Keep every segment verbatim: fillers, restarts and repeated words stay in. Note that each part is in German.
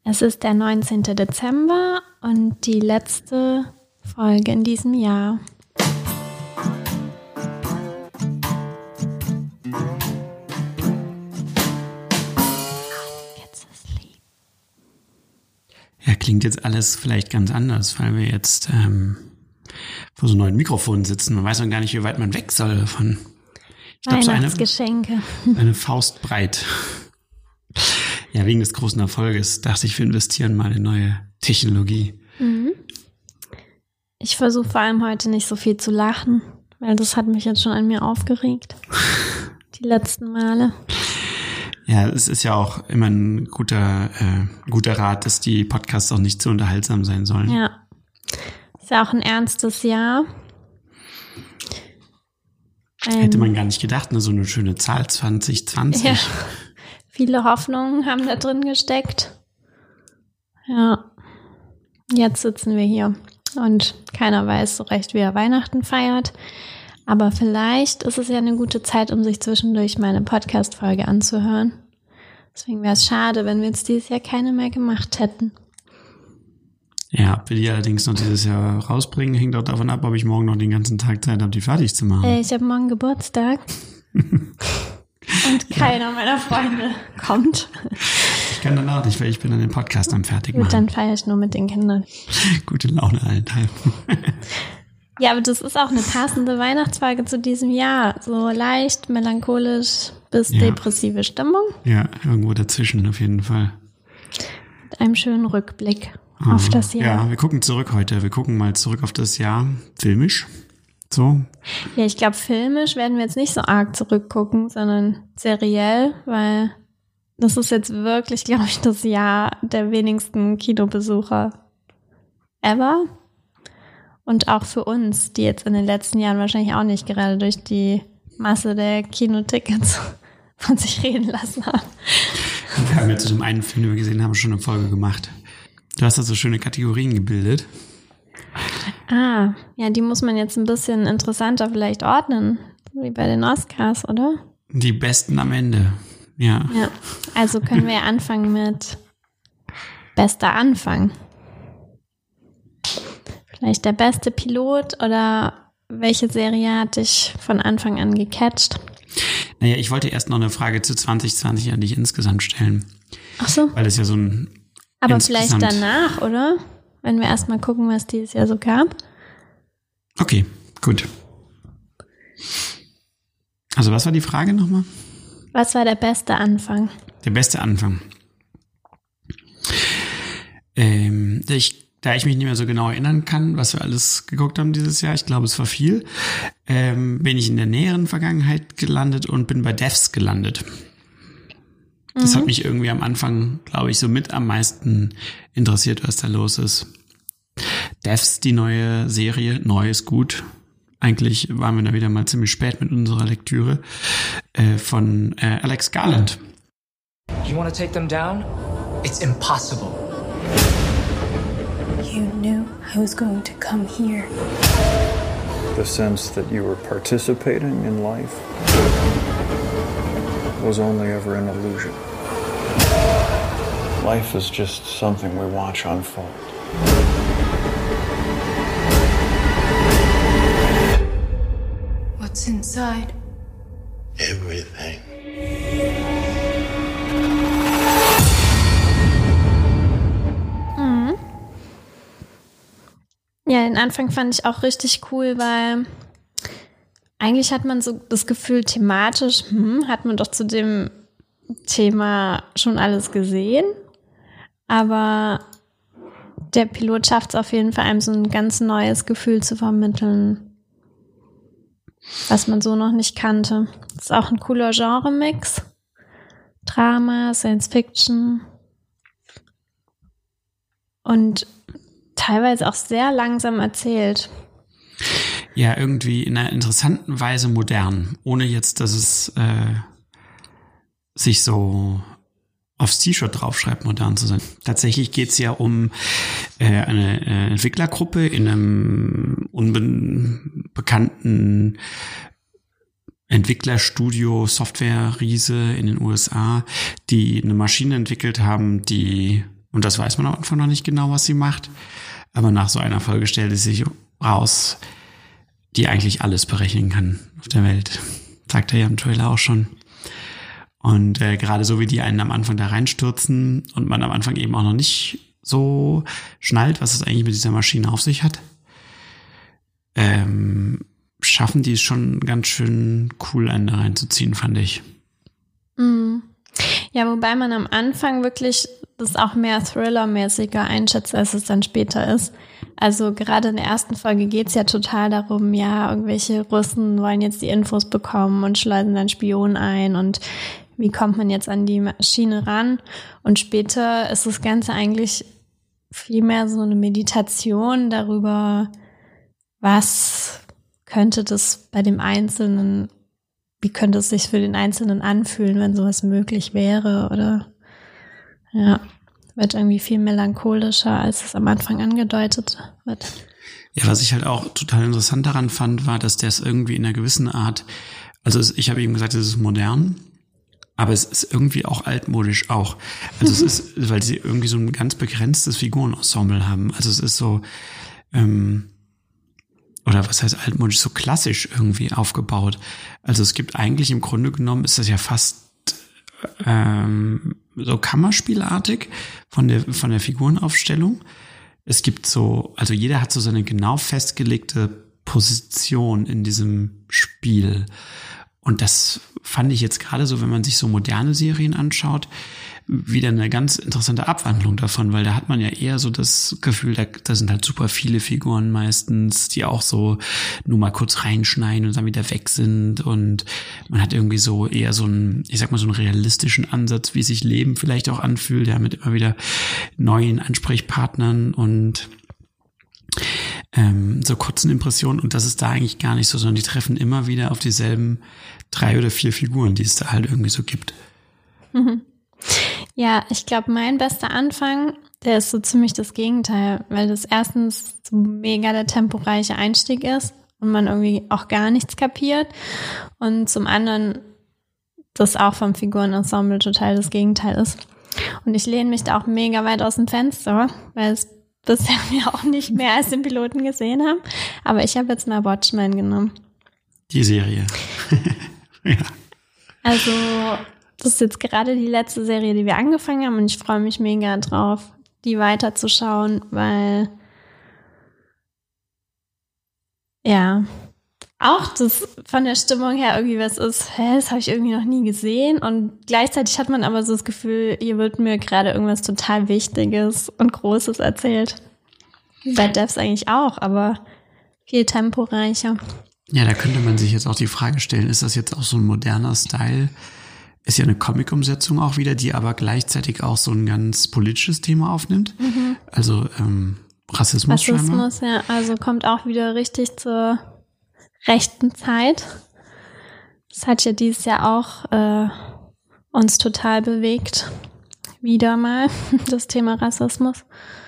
Es ist der neunzehnten Dezember und die letzte Folge in diesem Jahr. Ja, klingt jetzt alles vielleicht ganz anders, weil wir jetzt ähm, vor so neuen Mikrofonen sitzen. Man weiß noch gar nicht, wie weit man weg soll davon. Ich glaube, so eine, eine Faust breit. Ja, wegen des großen Erfolges dachte ich, wir investieren mal in neue Technologie. Mhm. Ich versuche vor allem heute nicht so viel zu lachen, weil das hat mich jetzt schon an mir aufgeregt. Die letzten Male. Ja, es ist ja auch immer ein guter, äh, guter Rat, dass die Podcasts auch nicht zu unterhaltsam sein sollen. Ja, ist ja auch ein ernstes Jahr. Ein Hätte man gar nicht gedacht, ne? So eine schöne Zahl, zwanzig zwanzig. Ja. Viele Hoffnungen haben da drin gesteckt. Ja, jetzt sitzen wir hier und keiner weiß so recht, wie er Weihnachten feiert. Aber vielleicht ist es ja eine gute Zeit, um sich zwischendurch mal eine Podcast-Folge anzuhören. Deswegen wäre es schade, wenn wir jetzt dieses Jahr keine mehr gemacht hätten. Ja, ob wir die allerdings noch dieses Jahr rausbringen, hängt auch davon ab, ob ich morgen noch den ganzen Tag Zeit habe, die fertig zu machen. Äh, ich habe morgen Geburtstag. Und keiner ja. meiner Freunde kommt. Ich kann danach nicht, weil ich bin dann den Podcast am fertig machen. Gut, dann feiere ich nur mit den Kindern. Gute Laune allenthalben. Ja, aber das ist auch eine passende Weihnachtsfolge zu diesem Jahr. So leicht, melancholisch bis ja. depressive Stimmung. Ja, irgendwo dazwischen auf jeden Fall. Mit einem schönen Rückblick oh. auf das Jahr. Ja, wir gucken zurück heute. Wir gucken mal zurück auf das Jahr, filmisch. So. Ja, ich glaube, filmisch werden wir jetzt nicht so arg zurückgucken, sondern seriell, weil das ist jetzt wirklich, glaube ich, das Jahr der wenigsten Kinobesucher ever. Und auch für uns, die jetzt in den letzten Jahren wahrscheinlich auch nicht gerade durch die Masse der Kinotickets von sich reden lassen haben. Wir haben ja zu dem einen Film, den wir gesehen haben, schon eine Folge gemacht. Du hast da so schöne Kategorien gebildet. Ah, ja, die muss man jetzt ein bisschen interessanter vielleicht ordnen, wie bei den Oscars, oder? Die besten am Ende, ja. Ja, also können wir anfangen mit bester Anfang. Vielleicht der beste Pilot oder welche Serie hat dich von Anfang an gecatcht? Naja, ich wollte erst noch eine Frage zu zwanzig zwanzig an dich insgesamt stellen. Ach so. Weil es ja so ein Aber vielleicht danach, oder? Wenn wir erstmal gucken, was dieses Jahr so gab. Okay, gut. Also was war die Frage nochmal? Was war der beste Anfang? Der beste Anfang. Ähm, ich, da ich mich nicht mehr so genau erinnern kann, was wir alles geguckt haben dieses Jahr, ich glaube, es war viel, ähm, bin ich in der näheren Vergangenheit gelandet und bin bei Devs gelandet. Das mhm. hat mich irgendwie am Anfang, glaube ich, so mit am meisten interessiert, was da los ist. Devs, die neue Serie, neu ist gut. Eigentlich waren wir da wieder mal ziemlich spät mit unserer Lektüre äh, von äh, Alex Garland. You want to take them down? It's impossible. You knew I was going to come here. The sense that you were participating in life was only ever an illusion. Life is just something we watch unfold. What's inside? Everything. Mhm. Ja, den Anfang fand ich auch richtig cool, weil eigentlich hat man so das Gefühl, thematisch hm, hat man doch zu dem Thema schon alles gesehen. Aber der Pilot schafft es auf jeden Fall, einem so ein ganz neues Gefühl zu vermitteln, was man so noch nicht kannte. Das ist auch ein cooler Genre-Mix. Drama, Science Fiction und teilweise auch sehr langsam erzählt. Ja, irgendwie in einer interessanten Weise modern, ohne jetzt, dass es äh, sich so aufs T-Shirt draufschreibt, modern zu sein. Tatsächlich geht es ja um äh, eine äh, Entwicklergruppe in einem unbekannten Entwicklerstudio, Software-Riese in den U S A, die eine Maschine entwickelt haben, die Und das weiß man am Anfang noch nicht genau, was sie macht. Aber nach so einer Folge stellt es sich raus, die eigentlich alles berechnen kann auf der Welt. Sagt er ja im Trailer auch schon. Und äh, gerade so wie die einen am Anfang da reinstürzen und man am Anfang eben auch noch nicht so schnallt, was es eigentlich mit dieser Maschine auf sich hat, ähm, schaffen die es schon ganz schön cool, einen da reinzuziehen, fand ich. Mm. Ja, wobei man am Anfang wirklich das auch mehr Thriller-mäßiger einschätzt, als es dann später ist. Also gerade in der ersten Folge geht's ja total darum, ja, irgendwelche Russen wollen jetzt die Infos bekommen und schleusen dann Spionen ein und wie kommt man jetzt an die Maschine ran? Und später ist das Ganze eigentlich viel mehr so eine Meditation darüber, was könnte das bei dem Einzelnen, wie könnte es sich für den Einzelnen anfühlen, wenn sowas möglich wäre, oder ja, wird irgendwie viel melancholischer, als es am Anfang angedeutet wird. Ja, was ich halt auch total interessant daran fand, war, dass der es irgendwie in einer gewissen Art, also es, ich habe eben gesagt, es ist modern, aber es ist irgendwie auch altmodisch auch. Also es ist, weil sie irgendwie so ein ganz begrenztes Figurenensemble haben. Also es ist so, ähm, oder was heißt altmodisch, so klassisch irgendwie aufgebaut. Also es gibt eigentlich im Grunde genommen, ist das ja fast ähm, so Kammerspielartig von der von der Figurenaufstellung. Es gibt so, also jeder hat so seine genau festgelegte Position in diesem Spiel. Und das fand ich jetzt gerade so, wenn man sich so moderne Serien anschaut, wieder eine ganz interessante Abwandlung davon, weil da hat man ja eher so das Gefühl, da, da sind halt super viele Figuren meistens, die auch so nur mal kurz reinschneiden und dann wieder weg sind, und man hat irgendwie so eher so einen, ich sag mal, so einen realistischen Ansatz, wie sich Leben vielleicht auch anfühlt, ja, mit immer wieder neuen Ansprechpartnern und ähm, so kurzen Impressionen, und das ist da eigentlich gar nicht so, sondern die treffen immer wieder auf dieselben drei oder vier Figuren, die es da halt irgendwie so gibt. Mhm. Ja, ich glaube, mein bester Anfang, der ist so ziemlich das Gegenteil, weil das erstens so mega der temporeiche Einstieg ist und man irgendwie auch gar nichts kapiert, und zum anderen das auch vom Figurenensemble total das Gegenteil ist. Und ich lehne mich da auch mega weit aus dem Fenster, weil es bisher wir auch nicht mehr als den Piloten gesehen haben, aber ich habe jetzt mal Watchmen genommen. Die Serie. Ja. Also das ist jetzt gerade die letzte Serie, die wir angefangen haben, und ich freue mich mega drauf, die weiterzuschauen, weil ja, auch das von der Stimmung her irgendwie was ist, hä, das habe ich irgendwie noch nie gesehen, und gleichzeitig hat man aber so das Gefühl, hier wird mir gerade irgendwas total Wichtiges und Großes erzählt. Bei Devs eigentlich auch, aber viel temporeicher. Ja, da könnte man sich jetzt auch die Frage stellen, ist das jetzt auch so ein moderner Style? Ist ja eine Comic-Umsetzung auch wieder, die aber gleichzeitig auch so ein ganz politisches Thema aufnimmt. Mhm. Also ähm, Rassismus, Rassismus, scheinbar. Ja, also kommt auch wieder richtig zur rechten Zeit. Das hat ja dieses Jahr auch äh, uns total bewegt. Wieder mal das Thema Rassismus.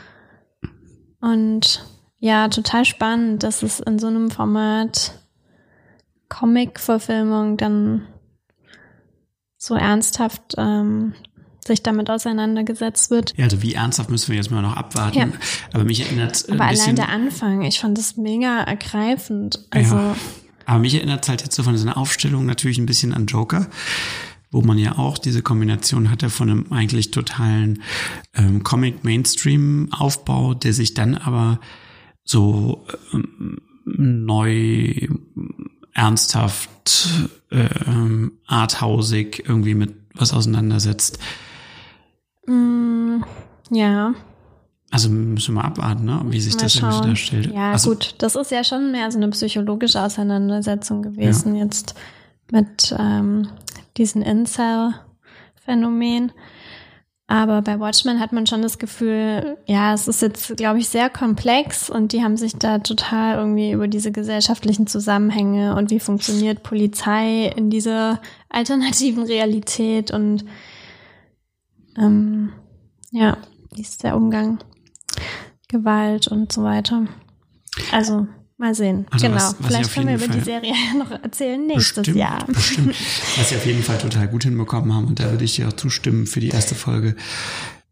Und ja, total spannend, dass es in so einem Format Comic-Verfilmung dann so ernsthaft ähm, sich damit auseinandergesetzt wird. Ja, also wie ernsthaft müssen wir jetzt mal noch abwarten. Ja. Aber mich erinnert Aber ein bisschen, allein der Anfang, ich fand das mega ergreifend. Also ja, aber mich erinnert es halt jetzt so von seiner Aufstellung natürlich ein bisschen an Joker, wo man ja auch diese Kombination hatte von einem eigentlich totalen ähm, Comic-Mainstream-Aufbau, der sich dann aber so ähm, neu, ernsthaft, ähm, arthausig irgendwie mit was auseinandersetzt. Mm, ja. Also müssen wir mal abwarten, ne? Wie sich mal das schauen. irgendwie darstellt. Ja, also, gut, das ist ja schon mehr so eine psychologische Auseinandersetzung gewesen, ja. Jetzt mit ähm, diesem Incel-Phänomen. Aber bei Watchmen hat man schon das Gefühl, ja, es ist jetzt, glaube ich, sehr komplex, und die haben sich da total irgendwie über diese gesellschaftlichen Zusammenhänge und wie funktioniert Polizei in dieser alternativen Realität und ähm, ja, wie ist der Umgang, Gewalt und so weiter. Also mal sehen. Also genau. was, was Vielleicht können wir über Fall die Serie noch erzählen nächstes bestimmt, Jahr. Bestimmt. Was sie auf jeden Fall total gut hinbekommen haben, und da würde ich dir auch zustimmen für die erste Folge,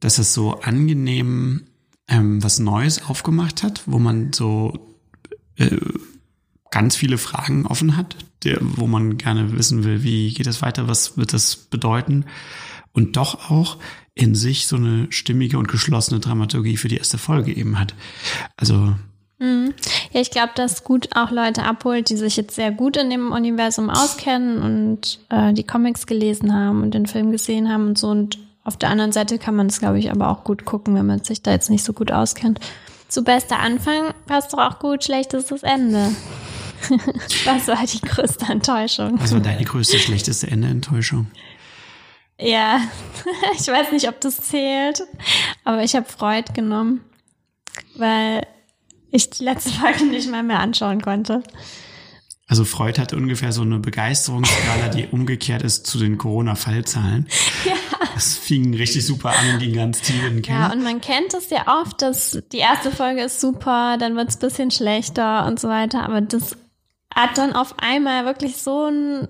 dass es so angenehm ähm, was Neues aufgemacht hat, wo man so äh, ganz viele Fragen offen hat, der, wo man gerne wissen will, wie geht das weiter, was wird das bedeuten? Und doch auch in sich so eine stimmige und geschlossene Dramaturgie für die erste Folge eben hat. Also ja, ich glaube, dass gut auch Leute abholt, die sich jetzt sehr gut in dem Universum auskennen und äh, die Comics gelesen haben und den Film gesehen haben und so. Und auf der anderen Seite kann man es, glaube ich, aber auch gut gucken, wenn man sich da jetzt nicht so gut auskennt. So bester Anfang passt doch auch gut, schlechtestes Ende. Das war die größte Enttäuschung. Was war deine größte, schlechteste Ende-Enttäuschung? Ja, ich weiß nicht, ob das zählt, aber ich habe Freud genommen, weil ich die letzte Folge nicht mal mehr anschauen konnte. Also Freud hatte ungefähr so eine Begeisterungsskala, die umgekehrt ist zu den Corona-Fallzahlen. Ja. Das fing richtig super an und ging ganz tief in den Keller. Ja, und man kennt es ja oft, dass die erste Folge ist super, dann wird es ein bisschen schlechter und so weiter. Aber das hat dann auf einmal wirklich so einen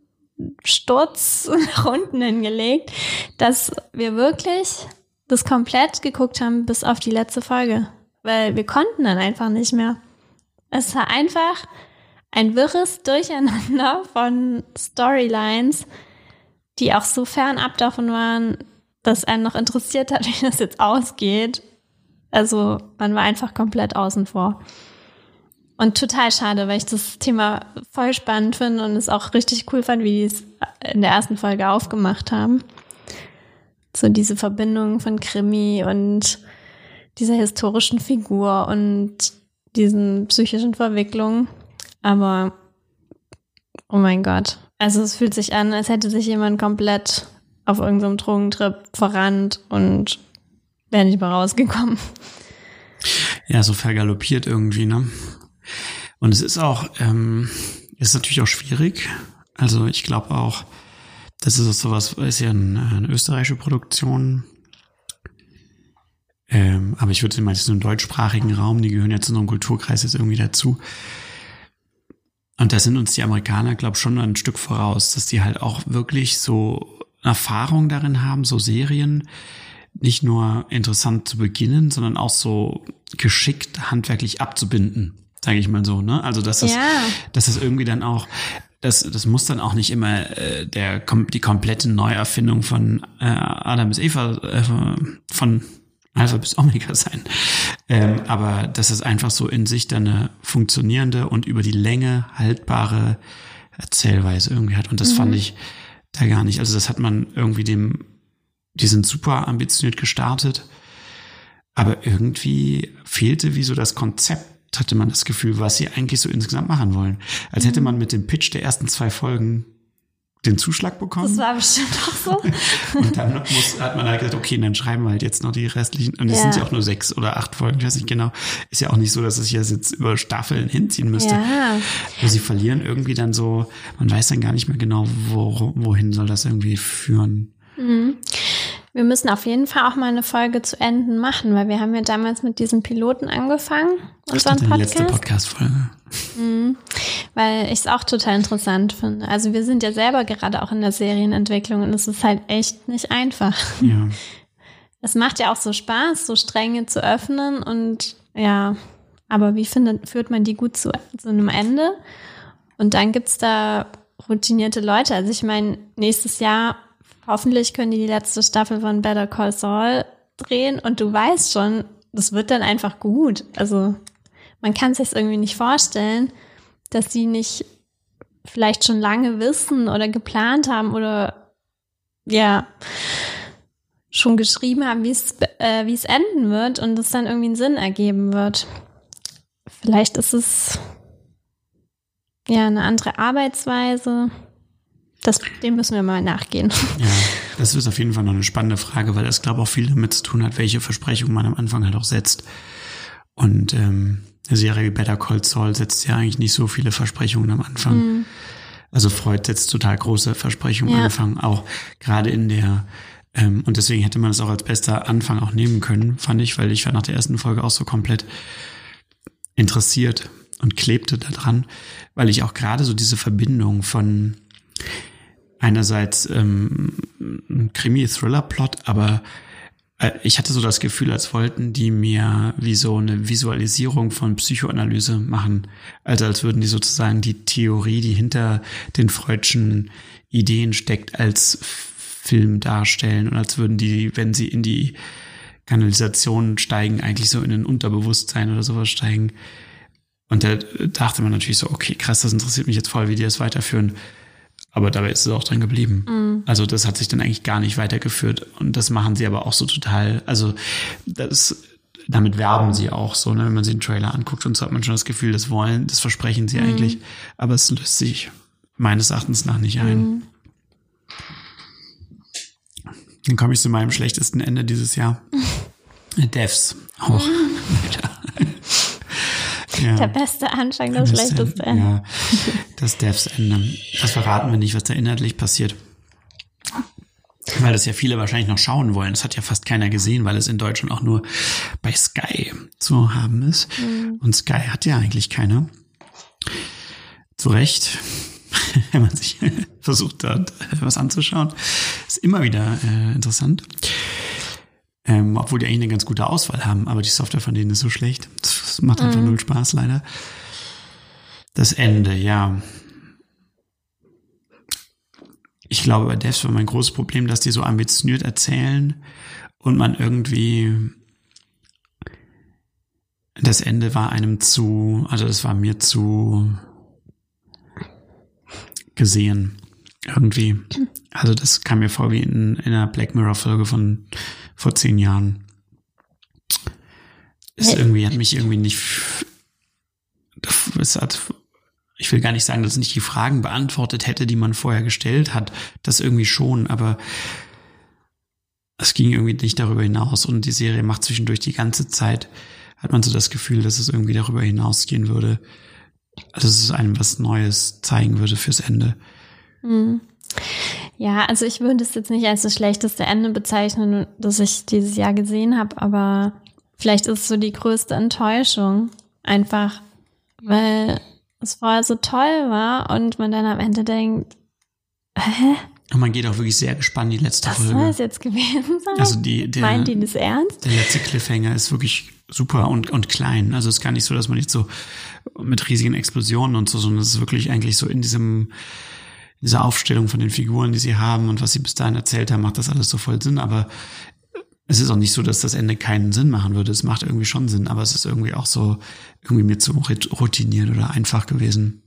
Sturz nach unten hingelegt, dass wir wirklich das komplett geguckt haben bis auf die letzte Folge. Weil wir konnten dann einfach nicht mehr. Es war einfach ein wirres Durcheinander von Storylines, die auch so fernab davon waren, dass einen noch interessiert hat, wie das jetzt ausgeht. Also man war einfach komplett außen vor. Und total schade, weil ich das Thema voll spannend finde und es auch richtig cool fand, wie die es in der ersten Folge aufgemacht haben. So diese Verbindung von Krimi und dieser historischen Figur und diesen psychischen Verwicklungen. Aber, oh mein Gott. Also es fühlt sich an, als hätte sich jemand komplett auf irgendeinem Drogentrip verrannt und wäre nicht mehr rausgekommen. Ja, so vergaloppiert irgendwie, ne? Und es ist auch, ähm, ist natürlich auch schwierig. Also ich glaube auch, das ist sowas, ist ja eine, eine österreichische Produktion. Ähm, aber ich würde mal so im deutschsprachigen Raum, die gehören ja zu unserem Kulturkreis jetzt irgendwie dazu. Und da sind uns die Amerikaner, glaube ich, schon ein Stück voraus, dass die halt auch wirklich so Erfahrung darin haben, so Serien nicht nur interessant zu beginnen, sondern auch so geschickt handwerklich abzubinden, sage ich mal so, ne? Also dass das, ja. dass das irgendwie dann auch, das, das muss dann auch nicht immer äh, der die komplette Neuerfindung von äh, Adam bis Eva äh, von Alpha bis Omega sein. Ähm, aber dass es einfach so in sich dann eine funktionierende und über die Länge haltbare Erzählweise irgendwie hat. Und das mhm. fand ich da gar nicht. Also das hat man irgendwie dem, die sind super ambitioniert gestartet, aber irgendwie fehlte wie so das Konzept, hatte man das Gefühl, was sie eigentlich so insgesamt machen wollen. Als mhm. hätte man mit dem Pitch der ersten zwei Folgen den Zuschlag bekommen. Das war bestimmt auch so. Und dann muss, hat man halt gesagt, okay, dann schreiben wir halt jetzt noch die restlichen, und es ja. sind ja auch nur sechs oder acht Folgen, ich weiß nicht genau. Ist ja auch nicht so, dass es jetzt über Staffeln hinziehen müsste. Ja. Aber sie verlieren irgendwie dann so, man weiß dann gar nicht mehr genau, wo, wohin soll das irgendwie führen. Mhm. Wir müssen auf jeden Fall auch mal eine Folge zu Enden machen, weil wir haben ja damals mit diesem Piloten angefangen, unseren Podcast. Die letzte Podcast-Folge. Mhm. Weil ich es auch total interessant finde. Also wir sind ja selber gerade auch in der Serienentwicklung und es ist halt echt nicht einfach. Ja. Es macht ja auch so Spaß, so Stränge zu öffnen und ja, aber wie findet, führt man die gut zu, zu einem Ende? Und dann gibt's da routinierte Leute. Also ich meine, nächstes Jahr hoffentlich können die die letzte Staffel von Better Call Saul drehen und du weißt schon, das wird dann einfach gut. Also man kann es sich irgendwie nicht vorstellen, dass sie nicht vielleicht schon lange wissen oder geplant haben oder ja schon geschrieben haben, wie es äh, wie es enden wird und es dann irgendwie einen Sinn ergeben wird. Vielleicht ist es ja eine andere Arbeitsweise. Das, dem müssen wir mal nachgehen. Ja, das ist auf jeden Fall noch eine spannende Frage, weil das, glaube ich, auch viel damit zu tun hat, welche Versprechungen man am Anfang halt auch setzt. Und ähm, eine Serie wie Better Call Saul setzt ja eigentlich nicht so viele Versprechungen am Anfang. Mhm. Also Freud setzt total große Versprechungen ja. am Anfang, auch gerade in der, ähm, und deswegen hätte man das auch als bester Anfang auch nehmen können, fand ich, weil ich war nach der ersten Folge auch so komplett interessiert und klebte da dran, weil ich auch gerade so diese Verbindung von einerseits ähm, Krimi-Thriller-Plot, aber ich hatte so das Gefühl, als wollten die mir wie so eine Visualisierung von Psychoanalyse machen. Also als würden die sozusagen die Theorie, die hinter den Freudschen Ideen steckt, als Film darstellen. Und als würden die, wenn sie in die Kanalisation steigen, eigentlich so in ein Unterbewusstsein oder sowas steigen. Und da dachte man natürlich so, okay, krass, das interessiert mich jetzt voll, wie die das weiterführen. Aber dabei ist es auch dran geblieben. Mhm. Also das hat sich dann eigentlich gar nicht weitergeführt. Und das machen sie aber auch so total, also das, damit werben sie auch so, ne? Wenn man sich den Trailer anguckt und so hat man schon das Gefühl, das wollen, das versprechen sie mhm. eigentlich. Aber es löst sich meines Erachtens nach nicht ein. Mhm. Dann komme ich zu meinem schlechtesten Ende dieses Jahr. Devs. Auch. Ja. Der beste Anfang, das, das schlechteste Ende. Ja, das Devs-Ende. Das verraten wir nicht, was da inhaltlich passiert. Weil das ja viele wahrscheinlich noch schauen wollen. Das hat ja fast keiner gesehen, weil es in Deutschland auch nur bei Sky zu haben ist. Mhm. Und Sky hat ja eigentlich keine. Zu Recht, wenn man sich versucht hat, was anzuschauen. Ist immer wieder äh, interessant. Ähm, obwohl die eigentlich eine ganz gute Auswahl haben, aber die Software von denen ist so schlecht. Das macht einfach mm. null Spaß, leider. Das Ende, ja. Ich glaube, bei Devs war mein großes Problem, dass die so ambitioniert erzählen und man irgendwie das Ende war einem zu, also das war mir zu gesehen. Irgendwie. Also das kam mir vor wie in, in einer Black Mirror-Folge von vor zehn Jahren. Es irgendwie hat mich irgendwie nicht, es hat, ich will gar nicht sagen, dass es nicht die Fragen beantwortet hätte, die man vorher gestellt hat. Das irgendwie schon, aber es ging irgendwie nicht darüber hinaus. Und die Serie macht zwischendurch die ganze Zeit, hat man so das Gefühl, dass es irgendwie darüber hinausgehen würde. Also dass es einem was Neues zeigen würde fürs Ende. Ja, also ich würde es jetzt nicht als das schlechteste Ende bezeichnen, das ich dieses Jahr gesehen habe, aber vielleicht ist es so die größte Enttäuschung. Einfach, weil es vorher so toll war und man dann am Ende denkt, hä? Und man geht auch wirklich sehr gespannt in die letzte das Folge. Was soll es jetzt gewesen sein? Also die, der, meint die das ernst? Der letzte Cliffhanger ist wirklich super und, und klein. Also es ist gar nicht so, dass man nicht so mit riesigen Explosionen und so, sondern es ist wirklich eigentlich so in diesem diese Aufstellung von den Figuren, die sie haben und was sie bis dahin erzählt haben, macht das alles so voll Sinn. Aber es ist auch nicht so, dass das Ende keinen Sinn machen würde. Es macht irgendwie schon Sinn, aber es ist irgendwie auch so irgendwie mir zu routiniert oder einfach gewesen.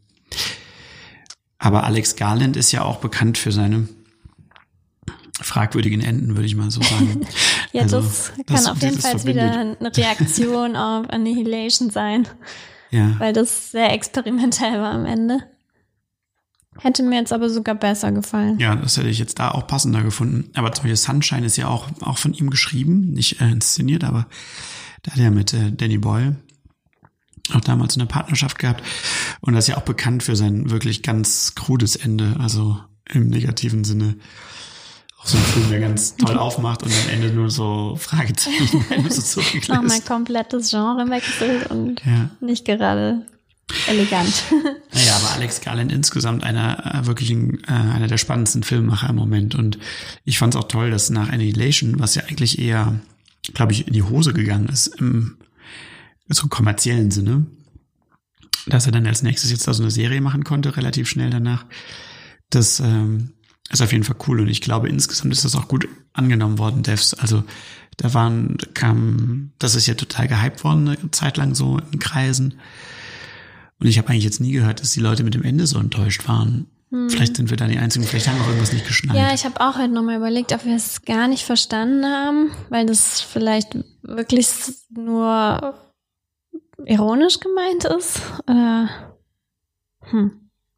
Aber Alex Garland ist ja auch bekannt für seine fragwürdigen Enden, würde ich mal so sagen. Ja, also, das kann das, auf jeden Fall wieder eine Reaktion auf Annihilation sein. Ja. Weil das sehr experimentell war am Ende. Hätte mir jetzt aber sogar besser gefallen. Ja, das hätte ich jetzt da auch passender gefunden. Aber zum Beispiel Sunshine ist ja auch, auch von ihm geschrieben, nicht äh, inszeniert, aber da hat er mit äh, Danny Boyle auch damals eine Partnerschaft gehabt. Und das ist ja auch bekannt für sein wirklich ganz krudes Ende, also im negativen Sinne. Auch so ein Film, der ganz toll aufmacht und am Ende nur so Fragezeichen so nochmal komplettes Genre wechselt und ja. nicht gerade elegant. Naja, aber Alex Garland insgesamt einer wirklich ein, äh, einer der spannendsten Filmemacher im Moment. Und ich fand es auch toll, dass nach Annihilation, was ja eigentlich eher, glaube ich, in die Hose gegangen ist, im so kommerziellen Sinne, dass er dann als nächstes jetzt da so eine Serie machen konnte, relativ schnell danach. Das ähm, ist auf jeden Fall cool. Und ich glaube, insgesamt ist das auch gut angenommen worden, Devs. Also da waren, kam, das ist ja total gehypt worden, eine Zeit lang so in Kreisen. Und ich habe eigentlich jetzt nie gehört, dass die Leute mit dem Ende so enttäuscht waren. Hm. Vielleicht sind wir da die Einzigen, vielleicht haben wir auch irgendwas nicht geschnallt. Ja, ich habe auch halt nochmal überlegt, ob wir es gar nicht verstanden haben, weil das vielleicht wirklich nur ironisch gemeint ist. Oder hm.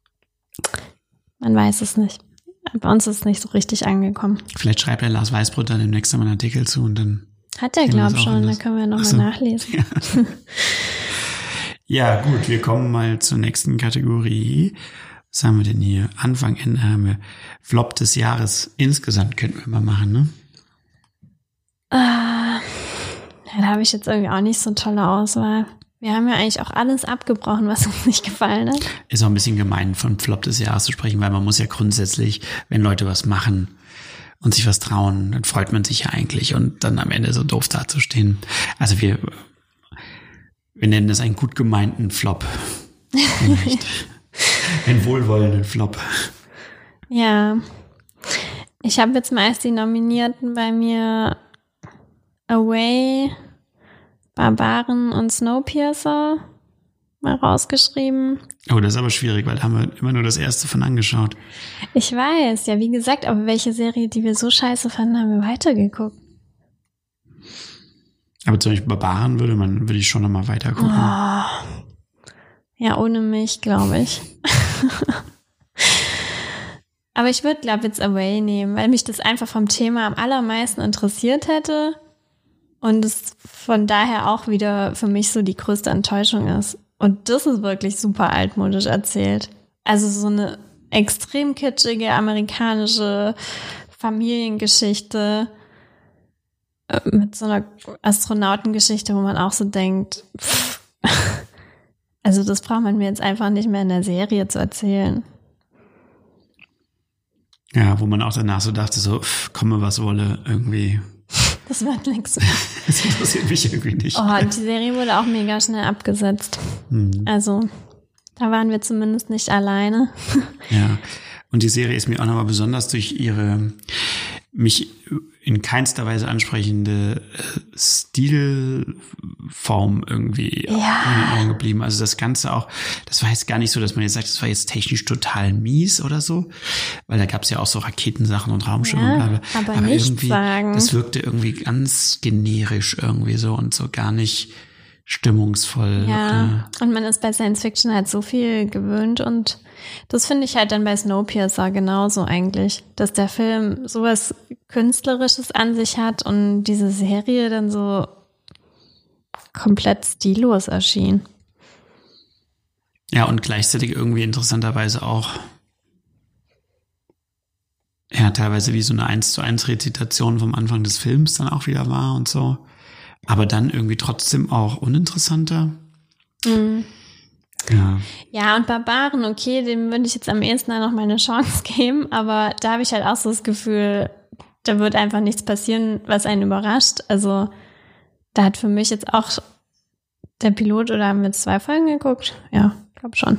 Man weiß es nicht. Bei uns ist es nicht so richtig angekommen. Vielleicht schreibt der Lars Weißbrot dann demnächst mal einen Artikel zu und dann hat er, glaube ich, schon. Da können wir nochmal so. nachlesen. Ja. Ja, gut, wir kommen mal zur nächsten Kategorie. Was haben wir denn hier? Anfang, Ende haben wir Flop des Jahres. Insgesamt könnten wir mal machen, ne? Äh, ja, da habe ich jetzt irgendwie auch nicht so eine tolle Auswahl. Wir haben ja eigentlich auch alles abgebrochen, was uns nicht gefallen hat. Ist auch ein bisschen gemein, von Flop des Jahres zu sprechen, weil man muss ja grundsätzlich, wenn Leute was machen und sich was trauen, dann freut man sich ja eigentlich und dann am Ende so doof dazustehen. Also wir, wir nennen das einen gut gemeinten Flop. Vielleicht. Einen wohlwollenden Flop. Ja. Ich habe jetzt mal erst die Nominierten bei mir Away, Barbaren und Snowpiercer mal rausgeschrieben. Oh, das ist aber schwierig, weil da haben wir immer nur das erste von angeschaut. Ich weiß, ja, wie gesagt, aber welche Serie, die wir so scheiße fanden, haben wir weitergeguckt. Aber zum Beispiel Barbaren würde man, würde ich schon nochmal weiter gucken. Oh. Ja, ohne mich, glaube ich. Aber ich würde, glaube ich, jetzt Away nehmen, weil mich das einfach vom Thema am allermeisten interessiert hätte und es von daher auch wieder für mich so die größte Enttäuschung ist. Und das ist wirklich super altmodisch erzählt. Also so eine extrem kitschige amerikanische Familiengeschichte mit so einer Astronautengeschichte, wo man auch so denkt, pff, also das braucht man mir jetzt einfach nicht mehr in der Serie zu erzählen. Ja, wo man auch danach so dachte, so, pff, komme was wolle, irgendwie. Das wird nichts. Das interessiert mich irgendwie nicht. Oh, und die Serie wurde auch mega schnell abgesetzt. Mhm. Also, da waren wir zumindest nicht alleine. Ja, und die Serie ist mir auch nochmal besonders durch ihre mich in keinster Weise ansprechende Stilform irgendwie ja. in Erinnerung geblieben. Also das Ganze auch, das war jetzt gar nicht so, dass man jetzt sagt, das war jetzt technisch total mies oder so, weil da gab es ja auch so Raketensachen und Raumschiffe ja, und bla bla. aber, aber nicht irgendwie, sagen. das wirkte irgendwie ganz generisch irgendwie so und so gar nicht stimmungsvoll. Ja, oder? Und man ist bei Science Fiction halt so viel gewöhnt und das finde ich halt dann bei Snowpiercer genauso eigentlich, dass der Film sowas Künstlerisches an sich hat und diese Serie dann so komplett stillos erschien. Ja, und gleichzeitig irgendwie interessanterweise auch ja, teilweise wie so eine eins zu eins Rezitation vom Anfang des Films dann auch wieder war und so. Aber dann irgendwie trotzdem auch uninteressanter. Mhm. Ja. Ja, und Barbaren, okay, dem würde ich jetzt am ehesten noch mal eine Chance geben, aber da habe ich halt auch so das Gefühl, da wird einfach nichts passieren, was einen überrascht. Also da hat für mich jetzt auch der Pilot, oder haben wir jetzt zwei Folgen geguckt? Ja, ich glaube schon.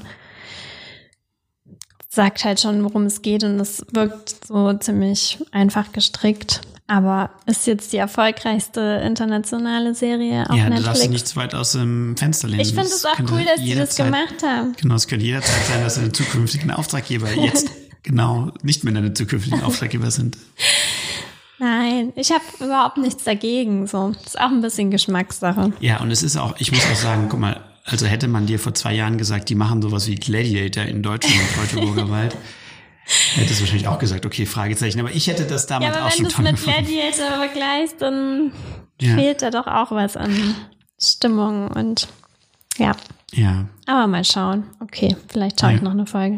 Sagt halt schon, worum es geht und es wirkt so ziemlich einfach gestrickt. Aber ist jetzt die erfolgreichste internationale Serie auf ja, Netflix. Ja, du darfst dich nicht zu weit aus dem Fenster lehnen. Ich finde es auch cool, dass die das gemacht haben. Genau, es könnte jederzeit sein, dass deine zukünftigen Auftraggeber jetzt genau nicht mehr deine zukünftigen Auftraggeber sind. Nein, ich habe überhaupt nichts dagegen. So, das ist auch ein bisschen Geschmackssache. Ja, und es ist auch, ich muss auch sagen, guck mal, also hätte man dir vor zwei Jahren gesagt, die machen sowas wie Gladiator in Deutschland im Teutoburger Wald, hättest du wahrscheinlich auch gesagt, okay, Fragezeichen. Aber ich hätte das damals ja, auch schon toll gefunden. Ja, aber wenn du es mit Gladiator vergleichst, dann ja. fehlt da doch auch was an Stimmung und ja. Ja. Aber mal schauen. Okay, vielleicht schaue ja. ich noch eine Folge.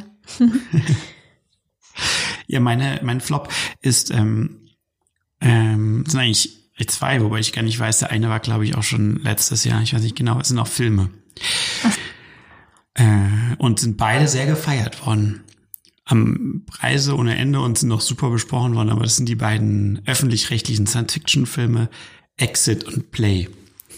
Ja, meine, mein Flop ist, ähm, ähm, sind eigentlich zwei, wobei ich gar nicht weiß, der eine war, glaube ich, auch schon letztes Jahr. Ich weiß nicht genau, es sind auch Filme. Äh, und sind beide sehr gefeiert worden. Am Preise ohne Ende und sind noch super besprochen worden, aber das sind die beiden öffentlich-rechtlichen Science-Fiction-Filme Exit und Play.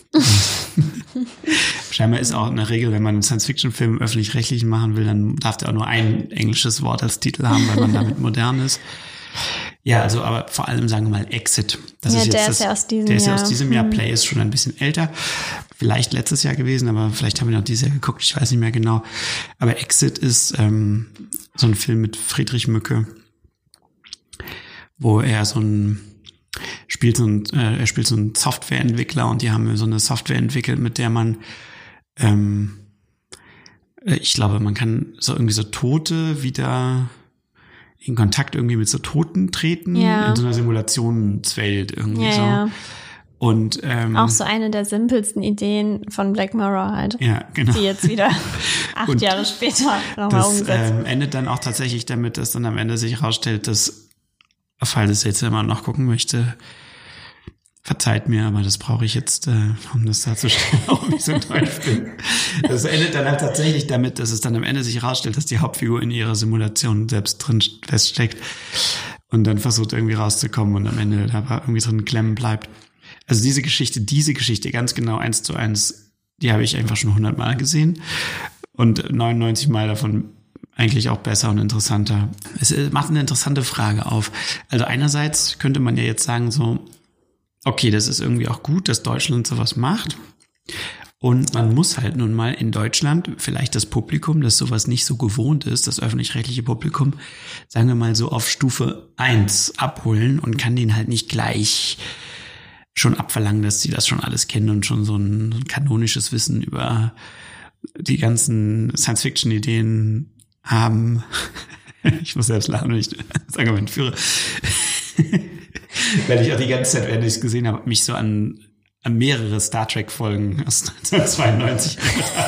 Scheinbar ist auch eine Regel, wenn man einen Science-Fiction-Film öffentlich-rechtlichen machen will, dann darf der auch nur ein englisches Wort als Titel haben, weil man damit modern ist. Ja, also aber vor allem sagen wir mal Exit. Das ja, ist jetzt der das, ist ja aus diesem der ist ja Jahr. aus diesem Jahr. Hm. Play ist schon ein bisschen älter. Vielleicht letztes Jahr gewesen, aber vielleicht haben wir noch dieses Jahr geguckt. Ich weiß nicht mehr genau. Aber Exit ist ähm, so ein Film mit Friedrich Mücke, wo er so ein spielt so ein äh, er spielt so einen Softwareentwickler und die haben so eine Software entwickelt, mit der man ähm, ich glaube, man kann so irgendwie so Tote wieder in Kontakt irgendwie mit so Toten treten, ja. in so einer Simulationswelt irgendwie ja, so. Ja. Und ähm, auch so eine der simpelsten Ideen von Black Mirror halt. Ja, genau. Die jetzt wieder acht und Jahre später nochmal das umgesetzt. ähm, endet dann auch tatsächlich damit, dass dann am Ende sich herausstellt, dass, falls es jetzt immer noch gucken möchte, verzeiht mir, aber das brauche ich jetzt, äh, um das darzustellen, auch nicht so ein toller Film. Das endet dann halt tatsächlich damit, dass es dann am Ende sich herausstellt, dass die Hauptfigur in ihrer Simulation selbst drin feststeckt. und dann versucht irgendwie rauszukommen und am Ende da irgendwie drin klemmen bleibt. Also diese Geschichte, diese Geschichte ganz genau eins zu eins, die habe ich einfach schon hundertmal gesehen und neunundneunzig Mal davon eigentlich auch besser und interessanter. Es macht eine interessante Frage auf. Also einerseits könnte man ja jetzt sagen so, okay, das ist irgendwie auch gut, dass Deutschland sowas macht. Und man muss halt nun mal in Deutschland vielleicht das Publikum, das sowas nicht so gewohnt ist, das öffentlich-rechtliche Publikum, sagen wir mal so auf Stufe eins abholen und kann denen halt nicht gleich schon abverlangen, dass sie das schon alles kennen und schon so ein kanonisches Wissen über die ganzen Science-Fiction-Ideen haben. Ich muss selbst lachen, wenn ich das Argument führe. Weil ich auch die ganze Zeit, während ich es gesehen habe, mich so an an mehrere Star Trek-Folgen aus neunzehnhundertzweiundneunzig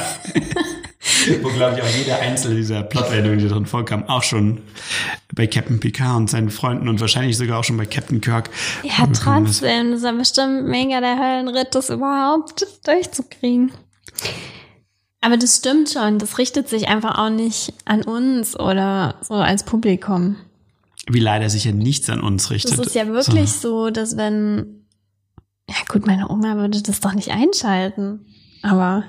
wo, glaube ich, auch jeder einzelne dieser Plotwendungen, die drin vorkam, auch schon bei Captain Picard und seinen Freunden und wahrscheinlich sogar auch schon bei Captain Kirk. Ja, trotzdem, das ist ja bestimmt mega der Höllenritt, das überhaupt durchzukriegen. Aber das stimmt schon, das richtet sich einfach auch nicht an uns oder so als Publikum. Wie leider sich ja nichts an uns richtet. Das ist ja wirklich so, so dass wenn ja gut, meine Oma würde das doch nicht einschalten. Aber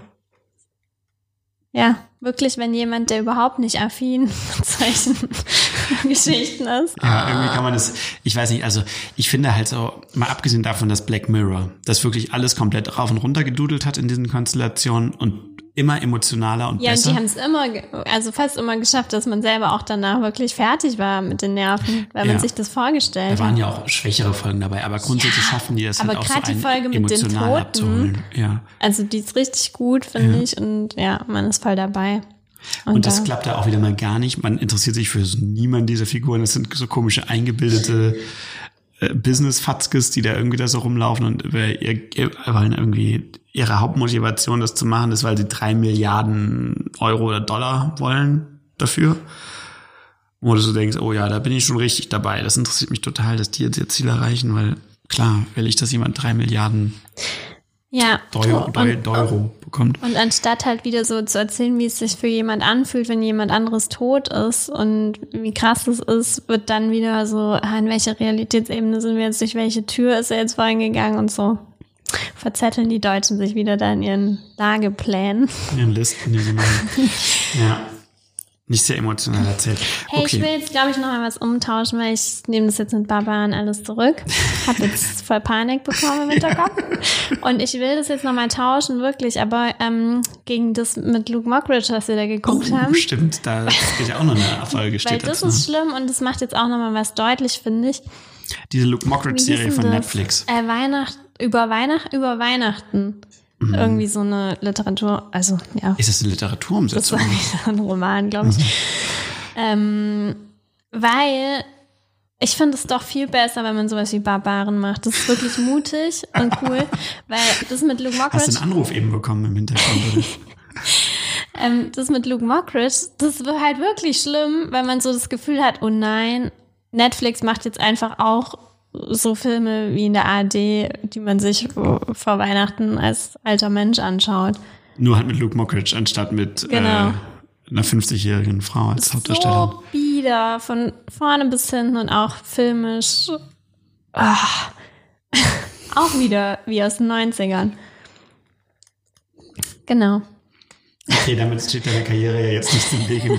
ja, wirklich, wenn jemand, der überhaupt nicht affin mit solchen Geschichten ist. Ja, irgendwie kann man das, ich weiß nicht, also ich finde halt so, mal abgesehen davon, dass Black Mirror das wirklich alles komplett rauf und runter gedudelt hat in diesen Konstellationen und immer emotionaler und ja, besser. Ja, und die haben es immer, also fast immer geschafft, dass man selber auch danach wirklich fertig war mit den Nerven, weil ja. man sich das vorgestellt hat. Da waren ja auch schwächere Folgen dabei, aber grundsätzlich ja, schaffen die das halt auch so die Folge einen mit emotional den Toten, abzuholen. Ja. Also die ist richtig gut, finde ja. ich, und ja, man ist voll dabei. Und, und das da. klappt da auch wieder mal gar nicht. Man interessiert sich für so niemand dieser Figuren. Das sind so komische, eingebildete äh, Business-Fatzkes, die da irgendwie da so rumlaufen und über ihr, ihr, wollen irgendwie ihre Hauptmotivation, das zu machen, ist, weil sie drei Milliarden Euro oder Dollar wollen dafür. Wo du so denkst, oh ja, da bin ich schon richtig dabei. Das interessiert mich total, dass die jetzt ihr Ziel erreichen, weil klar, will ich, dass jemand drei Milliarden ja, Euro, und, Euro bekommt. Und anstatt halt wieder so zu erzählen, wie es sich für jemand anfühlt, wenn jemand anderes tot ist und wie krass es ist, wird dann wieder so, in welche Realitätsebene sind wir jetzt, durch welche Tür ist er jetzt vorhin gegangen und so. Verzetteln die Deutschen sich wieder da in ihren Lageplänen. In ihren Listen, die sie machen. Ja. Nicht sehr emotional erzählt. Hey, okay. Ich will jetzt, glaube ich, noch mal was umtauschen, weil ich nehme das jetzt mit Barbaren alles zurück. Habe jetzt voll Panik bekommen im Hinterkopf. Und ich will das jetzt noch mal tauschen, wirklich. Aber ähm, gegen das mit Luke Mockridge, was wir da geguckt oh, haben. Stimmt, da geht ja auch noch eine Folge. Weil das ist schlimm und das macht jetzt auch noch mal was deutlich, finde ich. Diese Luke Mockridge-Serie von das? Netflix. Äh, Weihnacht, über Weihnacht, über Weihnachten. Mhm. Irgendwie so eine Literatur, also ja. Ist das eine Literaturumsetzung? Das war ein Roman, glaube ich. Mhm. Ähm, weil ich finde es doch viel besser, wenn man sowas wie Barbaren macht. Das ist wirklich mutig und cool, weil das mit Luke Mockridge... Hast du einen Anruf eben bekommen im Hintergrund, oder? ähm, das mit Luke Mockridge, das wird halt wirklich schlimm, weil man so das Gefühl hat, oh nein, Netflix macht jetzt einfach auch so Filme wie in der A R D, die man sich vor Weihnachten als alter Mensch anschaut. Nur halt mit Luke Mockridge anstatt mit genau. äh, einer fünfzigjährigen Frau als Hauptdarstellerin. So bieder, von vorne bis hinten und auch filmisch. Ach. Auch wieder wie aus den neunzigern. Genau. Okay, damit steht deine Karriere ja jetzt nicht im Wege.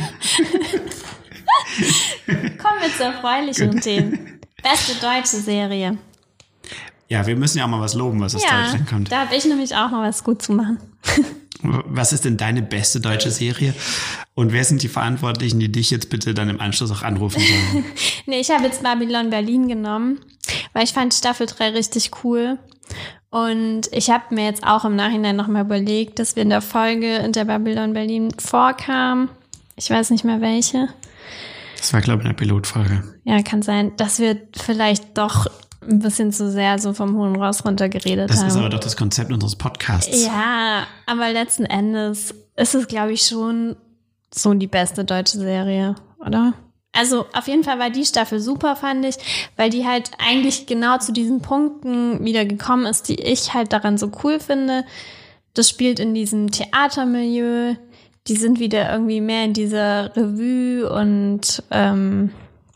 Kommen wir zu erfreulichen Themen. Beste deutsche Serie. Ja, wir müssen ja auch mal was loben, was aus ja, Deutschland kommt. Da habe ich nämlich auch noch was gut zu machen. Was ist denn deine beste deutsche Serie? Und wer sind die Verantwortlichen, die dich jetzt bitte dann im Anschluss auch anrufen sollen? Nee, ich habe jetzt Babylon Berlin genommen, weil ich fand Staffel drei richtig cool. Und ich habe mir jetzt auch im Nachhinein nochmal überlegt, dass wir in der Folge, in der Babylon Berlin vorkam, ich weiß nicht mehr welche. Das war, glaube ich, eine Pilotfolge. Ja, kann sein, dass wir vielleicht doch ein bisschen zu sehr so vom hohen Ross runter geredet das haben. Das ist aber doch das Konzept unseres Podcasts. Ja, aber letzten Endes ist es, glaube ich, schon so die beste deutsche Serie, oder? Also auf jeden Fall war die Staffel super, fand ich, weil die halt eigentlich genau zu diesen Punkten wieder gekommen ist, die ich halt daran so cool finde. Das spielt in diesem Theatermilieu. Die sind wieder irgendwie mehr in dieser Revue und ähm,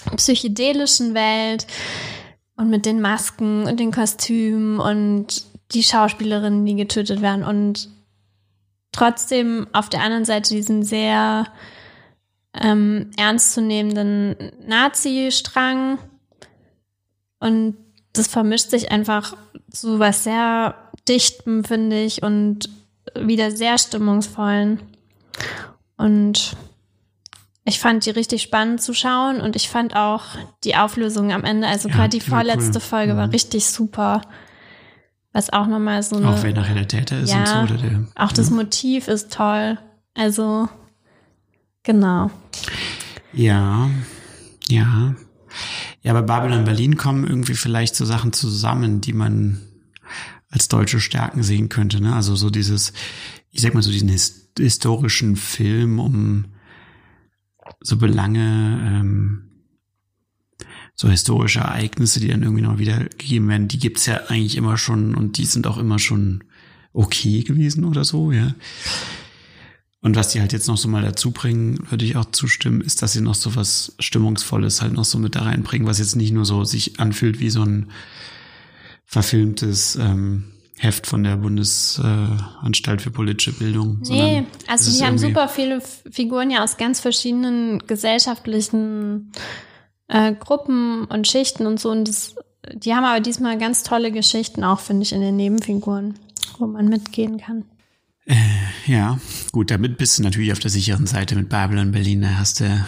psychedelischen Welt und mit den Masken und den Kostümen und die Schauspielerinnen, die getötet werden und trotzdem auf der anderen Seite diesen sehr ähm, ernstzunehmenden Nazi-Strang und das vermischt sich einfach zu was sehr Dichtem, finde ich, und wieder sehr stimmungsvollen. Und ich fand die richtig spannend zu schauen und ich fand auch die Auflösung am Ende, also ja, gerade die, die vorletzte cool. Folge mhm. war richtig super. Was auch nochmal so eine... Auch wer nachher der Täter ist ja, und so. Oder der, auch das ja. Motiv ist toll. Also, genau. Ja, ja. Ja, bei Babylon Berlin kommen irgendwie vielleicht so Sachen zusammen, die man als deutsche Stärken sehen könnte. Ne? Also so dieses, ich sag mal so diesen his- historischen Film um so Belange, ähm, so historische Ereignisse, die dann irgendwie noch wiedergegeben werden, die gibt's ja eigentlich immer schon und die sind auch immer schon okay gewesen oder so, ja. Und was die halt jetzt noch so mal dazu bringen, würde ich auch zustimmen, ist, dass sie noch so was Stimmungsvolles halt noch so mit da reinbringen, was jetzt nicht nur so sich anfühlt wie so ein verfilmtes ähm, Heft von der Bundesanstalt äh, für politische Bildung. Nee, also die haben super viele Figuren ja aus ganz verschiedenen gesellschaftlichen äh, Gruppen und Schichten und so. Und das, die haben aber diesmal ganz tolle Geschichten auch, finde ich, in den Nebenfiguren, wo man mitgehen kann. Äh, ja, gut, damit bist du natürlich auf der sicheren Seite mit Babylon Berlin. Da hast du,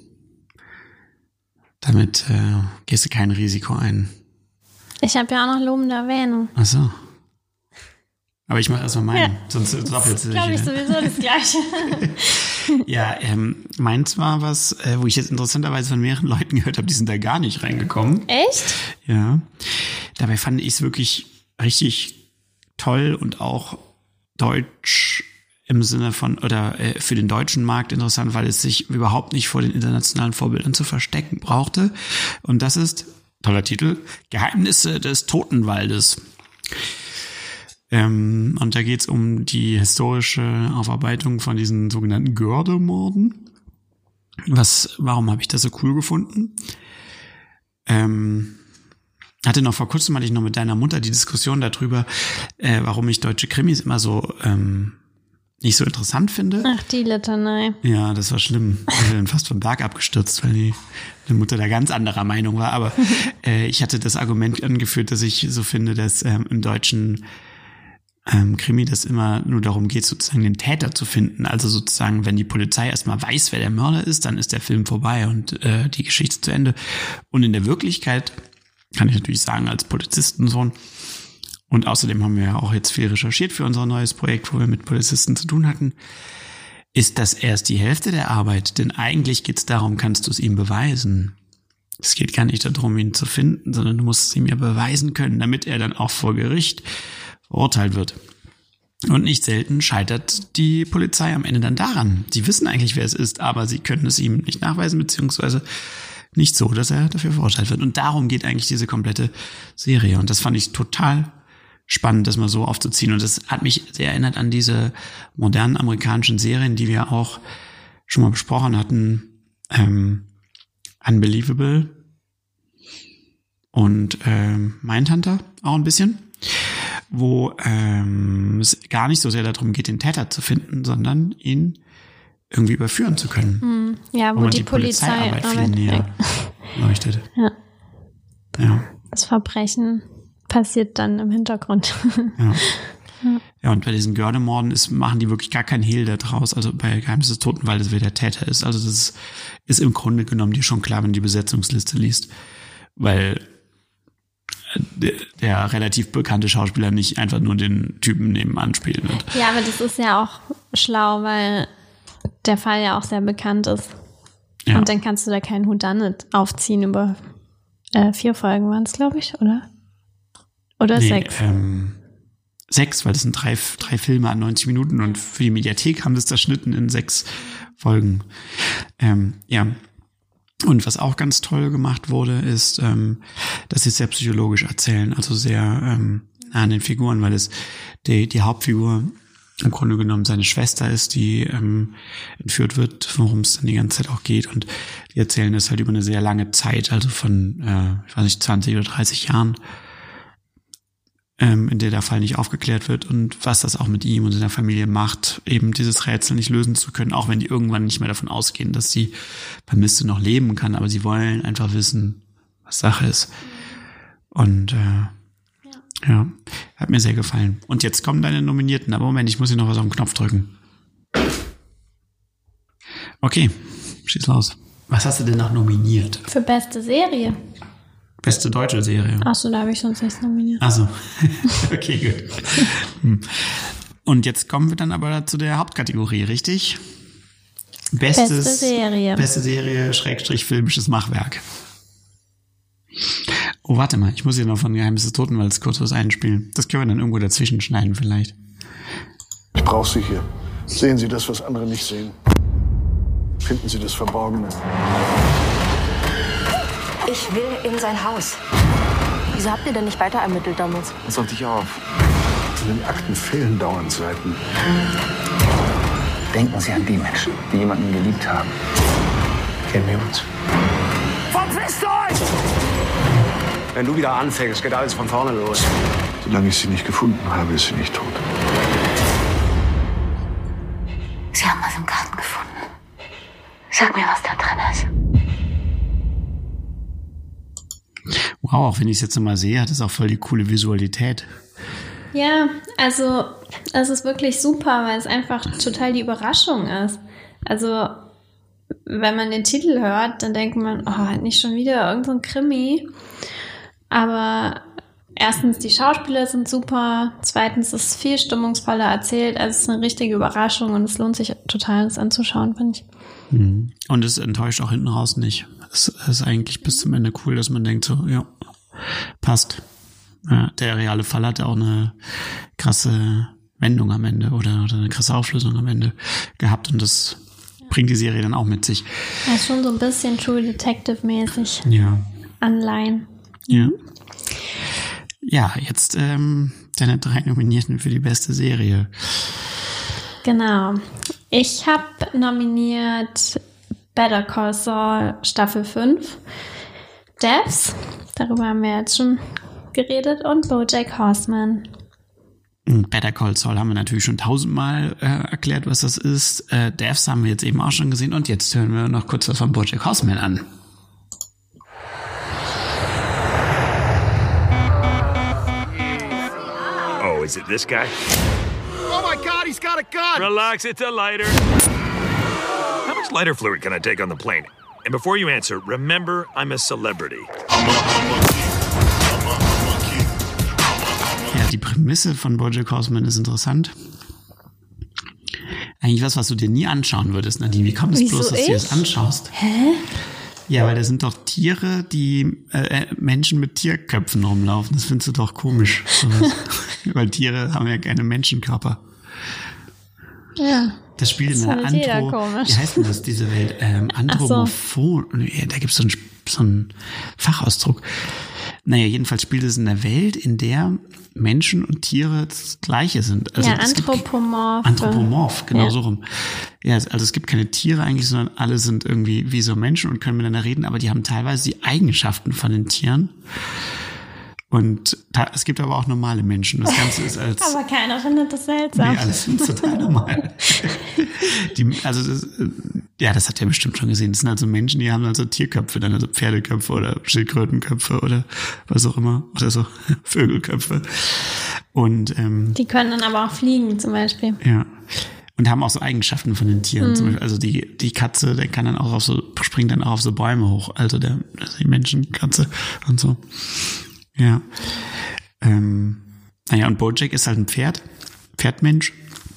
damit äh, gehst du kein Risiko ein. Ich habe ja auch noch lobende Erwähnung. Ach so. Aber ich mache erstmal meinen, ja. sonst doppelt sich. Glaube ich sowieso das Gleiche. Ja, ähm, meins war was, äh, wo ich jetzt interessanterweise von mehreren Leuten gehört habe, die sind da gar nicht reingekommen. Echt? Ja. Dabei fand ich es wirklich richtig toll und auch deutsch im Sinne von, oder äh, für den deutschen Markt interessant, weil es sich überhaupt nicht vor den internationalen Vorbildern zu verstecken brauchte. Und das ist, toller Titel, Geheimnisse des Totenwaldes. Ähm, und da geht es um die historische Aufarbeitung von diesen sogenannten Göhrde-Morden. Was, warum habe ich das so cool gefunden? Ähm, hatte noch vor kurzem, hatte ich noch mit deiner Mutter die Diskussion darüber, äh, warum ich deutsche Krimis immer so ähm, nicht so interessant finde. Ach, die Litanei. Ja, das war schlimm. Ich bin fast vom Berg abgestürzt, weil die, die Mutter da ganz anderer Meinung war. Aber äh, ich hatte das Argument angeführt, dass ich so finde, dass ähm, im deutschen ähm, Krimi das immer nur darum geht, sozusagen den Täter zu finden. Also sozusagen, wenn die Polizei erstmal weiß, wer der Mörder ist, dann ist der Film vorbei und äh, die Geschichte zu Ende. Und in der Wirklichkeit kann ich natürlich sagen, als Polizistensohn. Und außerdem haben wir ja auch jetzt viel recherchiert für unser neues Projekt, wo wir mit Polizisten zu tun hatten, ist das erst die Hälfte der Arbeit. Denn eigentlich geht es darum, kannst du es ihm beweisen. Es geht gar nicht darum, ihn zu finden, sondern du musst es ihm ja beweisen können, damit er dann auch vor Gericht verurteilt wird. Und nicht selten scheitert die Polizei am Ende dann daran. Sie wissen eigentlich, wer es ist, aber sie können es ihm nicht nachweisen, beziehungsweise nicht so, dass er dafür verurteilt wird. Und darum geht eigentlich diese komplette Serie. Und das fand ich total spannend, das mal so aufzuziehen. Und das hat mich sehr erinnert an diese modernen amerikanischen Serien, die wir auch schon mal besprochen hatten. Ähm, Unbelievable und ähm, Mindhunter auch ein bisschen. Wo ähm, es gar nicht so sehr darum geht, den Täter zu finden, sondern ihn irgendwie überführen zu können. Ja, wo, wo die, die Polizeiarbeit Polizei viel näher leuchtet. Ja. Ja. Das Verbrechen passiert dann im Hintergrund. Ja. Ja. Ja, und bei diesen Göhrde-Morden ist, machen die wirklich gar kein Hehl da draus. Also bei Geheimnis des Totenwaldes, wer der Täter ist. Also das ist, ist im Grunde genommen dir schon klar, wenn du die Besetzungsliste liest. Weil der, der relativ bekannte Schauspieler nicht einfach nur den Typen nebenan spielen wird. Ja, aber das ist ja auch schlau, weil der Fall ja auch sehr bekannt ist. Ja. Und dann kannst du da keinen Whodunit aufziehen über äh, vier Folgen waren es, glaube ich, oder? Oder nee, sechs? Ähm, sechs, weil das sind drei, drei Filme an neunzig Minuten und für die Mediathek haben das zerschnitten in sechs Folgen. Ähm, ja. Und was auch ganz toll gemacht wurde, ist, ähm, dass sie es sehr psychologisch erzählen, also sehr ähm, an den Figuren, weil es die, die Hauptfigur im Grunde genommen seine Schwester ist, die ähm, entführt wird, worum es dann die ganze Zeit auch geht. Und die erzählen das halt über eine sehr lange Zeit, also von, äh, ich weiß nicht, zwanzig oder dreißig Jahren, ähm, in der der Fall nicht aufgeklärt wird und was das auch mit ihm und seiner Familie macht, eben dieses Rätsel nicht lösen zu können, auch wenn die irgendwann nicht mehr davon ausgehen, dass sie bei Misty noch leben kann. Aber sie wollen einfach wissen, was Sache ist. Und äh, ja, hat mir sehr gefallen. Und jetzt kommen deine Nominierten. Aber Moment, ich muss hier noch was auf den Knopf drücken. Okay, schieß los. Was hast du denn noch nominiert? Für beste Serie. Beste deutsche Serie. Achso, da habe ich sonst nichts nominiert. Achso, okay, gut. Und jetzt kommen wir dann aber zu der Hauptkategorie, richtig? Bestes, beste Serie. Beste Serie, Schrägstrich, filmisches Machwerk. Oh, warte mal, ich muss hier noch von Geheimnis des Totenwalds kurz was einspielen. Das können wir dann irgendwo dazwischen schneiden vielleicht. Ich brauche Sie hier. Sehen Sie das, was andere nicht sehen. Finden Sie das Verborgene. Ich will in sein Haus. Wieso habt ihr denn nicht weiter ermittelt damals? Pass auf dich auf. In den Akten fehlen dauernd Seiten. Denken Sie an die Menschen, die jemanden geliebt haben. Kennen wir uns? Verpisst euch! Wenn du wieder anfängst, geht alles von vorne los. Solange ich sie nicht gefunden habe, ist sie nicht tot. Sie haben was im Garten gefunden. Sag mir, was da drin ist. Wow, auch wenn ich es jetzt nochmal sehe, hat es auch voll die coole Visualität. Ja, also es ist wirklich super, weil es einfach total die Überraschung ist. Also wenn man den Titel hört, dann denkt man, oh, nicht schon wieder irgend so ein Krimi. Aber erstens, die Schauspieler sind super. Zweitens, ist es viel stimmungsvoller erzählt. Also es ist eine richtige Überraschung und es lohnt sich total, das anzuschauen, finde ich. Und es enttäuscht auch hinten raus nicht. Es ist eigentlich bis zum Ende cool, dass man denkt so, ja, passt. Ja, der reale Fall hat ja auch eine krasse Wendung am Ende oder, oder eine krasse Auflösung am Ende gehabt und das bringt die Serie dann auch mit sich. Das ist schon so ein bisschen True Detective-mäßig. Ja. Anleihen. Ja. Ja, jetzt ähm, deine drei Nominierten für die beste Serie. Genau. Ich habe nominiert Better Call Saul Staffel fünf, Devs, darüber haben wir jetzt schon geredet, und BoJack Horseman. Better Call Saul haben wir natürlich schon tausendmal äh, erklärt, was das ist. Äh, Devs haben wir jetzt eben auch schon gesehen und jetzt hören wir noch kurz was von BoJack Horseman an. Oh, is it this guy? Oh my God, he's got a gun! Relax, it's a lighter. How much lighter fluid can I take on the plane? And before you answer, remember, I'm a celebrity. Ja, die Prämisse von BoJack Horseman ist interessant. Eigentlich was, was du dir nie anschauen würdest, Nadine. Wie kommt es bloß, dass ich? du dir das anschaust? Hä? Ja, weil da sind doch Tiere, die äh, Menschen mit Tierköpfen rumlaufen. Das findest du doch komisch. Weil Tiere haben ja keine Menschenkörper. Ja. Das spielt das in einer Antro... Wie heißt denn das, diese Welt? Ähm, Anthropomorphon. So. Ja, da gibt es so einen, so einen Fachausdruck. Naja, jedenfalls spielt es in einer Welt, in der Menschen und Tiere das Gleiche sind. Also ja, anthropomorph. Anthropomorph, genau ja. so rum. Ja, also es gibt keine Tiere eigentlich, sondern alle sind irgendwie wie so Menschen und können miteinander reden, aber die haben teilweise die Eigenschaften von den Tieren. Und da, es gibt aber auch normale Menschen. Das Ganze ist als... aber keiner findet das seltsam. Nee, alles ist total normal. die, also das, ja, das hat er bestimmt schon gesehen. Das sind also Menschen, die haben also Tierköpfe, dann also Pferdeköpfe oder Schildkrötenköpfe oder was auch immer. Oder so Vögelköpfe. Und ähm, die können dann aber auch fliegen zum Beispiel. Ja. Und haben auch so Eigenschaften von den Tieren. Mhm. Zum Beispiel, also die, die Katze, der kann dann auch auf so, springt dann auch auf so Bäume hoch. Also der, die Menschenkatze und so. Ja. Ähm, naja, und BoJack ist halt ein Pferd, Pferdmensch.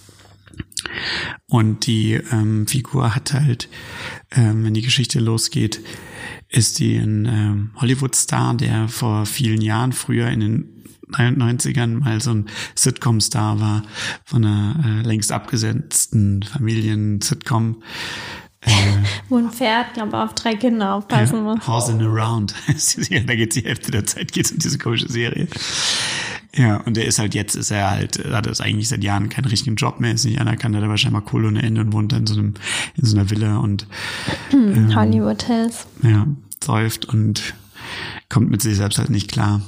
Und die ähm, Figur hat halt, ähm, wenn die Geschichte losgeht, ist die ein ähm, Hollywood-Star, der vor vielen Jahren, früher in den neunzigern mal so ein Sitcom-Star war, von einer äh, längst abgesetzten Familien-Sitcom. Äh, Wo ein Pferd, glaube ich, auf drei Kinder aufpassen ja, muss. Horsing Around. Da geht die Hälfte der Zeit geht's um diese komische Serie. Ja, und der ist halt jetzt, ist er halt, hat es eigentlich seit Jahren keinen richtigen Job mehr, ist nicht anerkannt, hat aber scheinbar Kohle ohne Ende und wohnt dann in so einem, in so einer Villa und ähm, Hollywood Hills. Ja, säuft und kommt mit sich selbst halt nicht klar.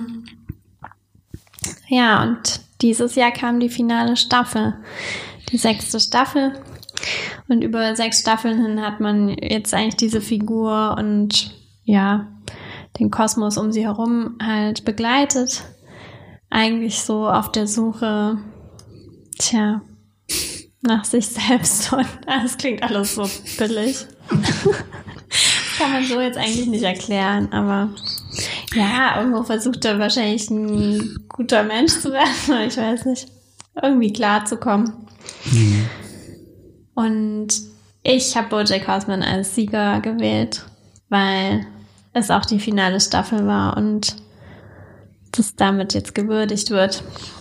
Ja, und dieses Jahr kam die finale Staffel, die sechste Staffel. Und über sechs Staffeln hin hat man jetzt eigentlich diese Figur und ja, den Kosmos um sie herum halt begleitet. Eigentlich so auf der Suche, tja, nach sich selbst. Und das klingt alles so billig. Das kann man so jetzt eigentlich nicht erklären, aber ja, irgendwo versucht er wahrscheinlich ein guter Mensch zu werden. Ich weiß nicht, irgendwie klarzukommen. Mhm. Und ich habe BoJack Horseman als Sieger gewählt, weil es auch die finale Staffel war und das damit jetzt gewürdigt wird.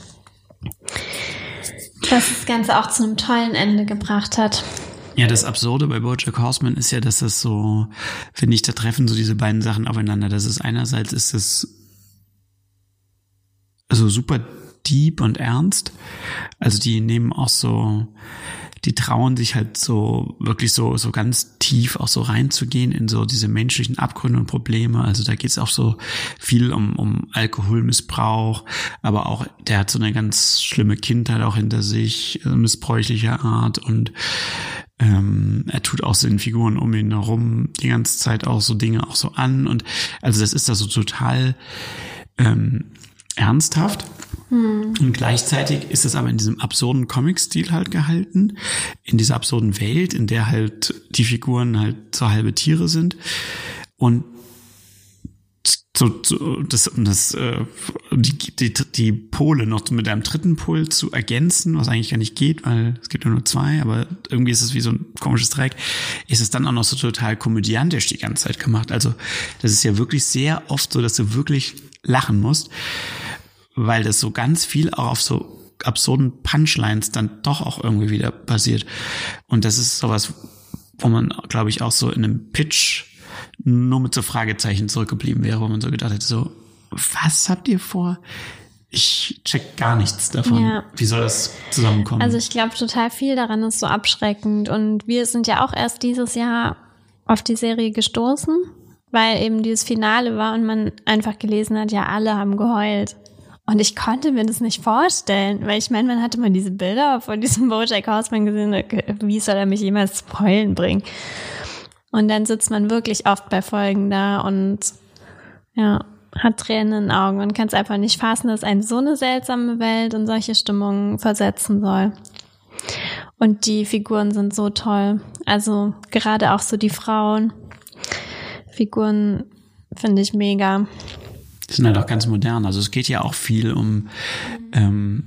Was das Ganze auch zu einem tollen Ende gebracht hat. Ja, das Absurde bei BoJack Horseman ist ja, dass das so, finde ich, da treffen so diese beiden Sachen aufeinander. Das ist einerseits ist es also super deep und ernst. Also die nehmen auch so, die trauen sich halt so wirklich so so ganz tief auch so reinzugehen in so diese menschlichen Abgründe und Probleme. Also da geht's auch so viel um um Alkoholmissbrauch, aber auch der hat so eine ganz schlimme Kindheit auch hinter sich, missbräuchlicher Art und ähm, er tut auch so den Figuren um ihn herum die ganze Zeit auch so Dinge auch so an und also das ist da so total ähm, ernsthaft. Hm. Und gleichzeitig ist es aber in diesem absurden Comic-Stil halt gehalten, in dieser absurden Welt, in der halt die Figuren halt so halbe Tiere sind und so, so das, das äh, die, die, die Pole noch mit einem dritten Pol zu ergänzen, was eigentlich gar nicht geht, weil es gibt nur zwei, aber irgendwie ist es wie so ein komisches Dreieck, ist es dann auch noch so total komödiantisch die ganze Zeit gemacht. Also das ist ja wirklich sehr oft so, dass du wirklich lachen musst, weil das so ganz viel auch auf so absurden Punchlines dann doch auch irgendwie wieder basiert. Und das ist sowas, wo man, glaube ich, auch so in einem Pitch nur mit so Fragezeichen zurückgeblieben wäre, wo man so gedacht hätte, so, was habt ihr vor? Ich check gar nichts davon. Ja. Wie soll das zusammenkommen? Also ich glaube, total viel daran ist so abschreckend. Und wir sind ja auch erst dieses Jahr auf die Serie gestoßen, weil eben dieses Finale war und man einfach gelesen hat, ja, alle haben geheult. Und ich konnte mir das nicht vorstellen, weil ich meine, man hatte mal diese Bilder von diesem BoJack Horseman gesehen, wie soll er mich jemals zum Heulen bringen? Und dann sitzt man wirklich oft bei Folgen da und ja, hat Tränen in den Augen und kann es einfach nicht fassen, dass eine so eine seltsame Welt in solche Stimmungen versetzen soll. Und die Figuren sind so toll. Also gerade auch so die Frauen. Figuren finde ich mega. Die sind halt auch ganz modern. Also es geht ja auch viel um, ähm,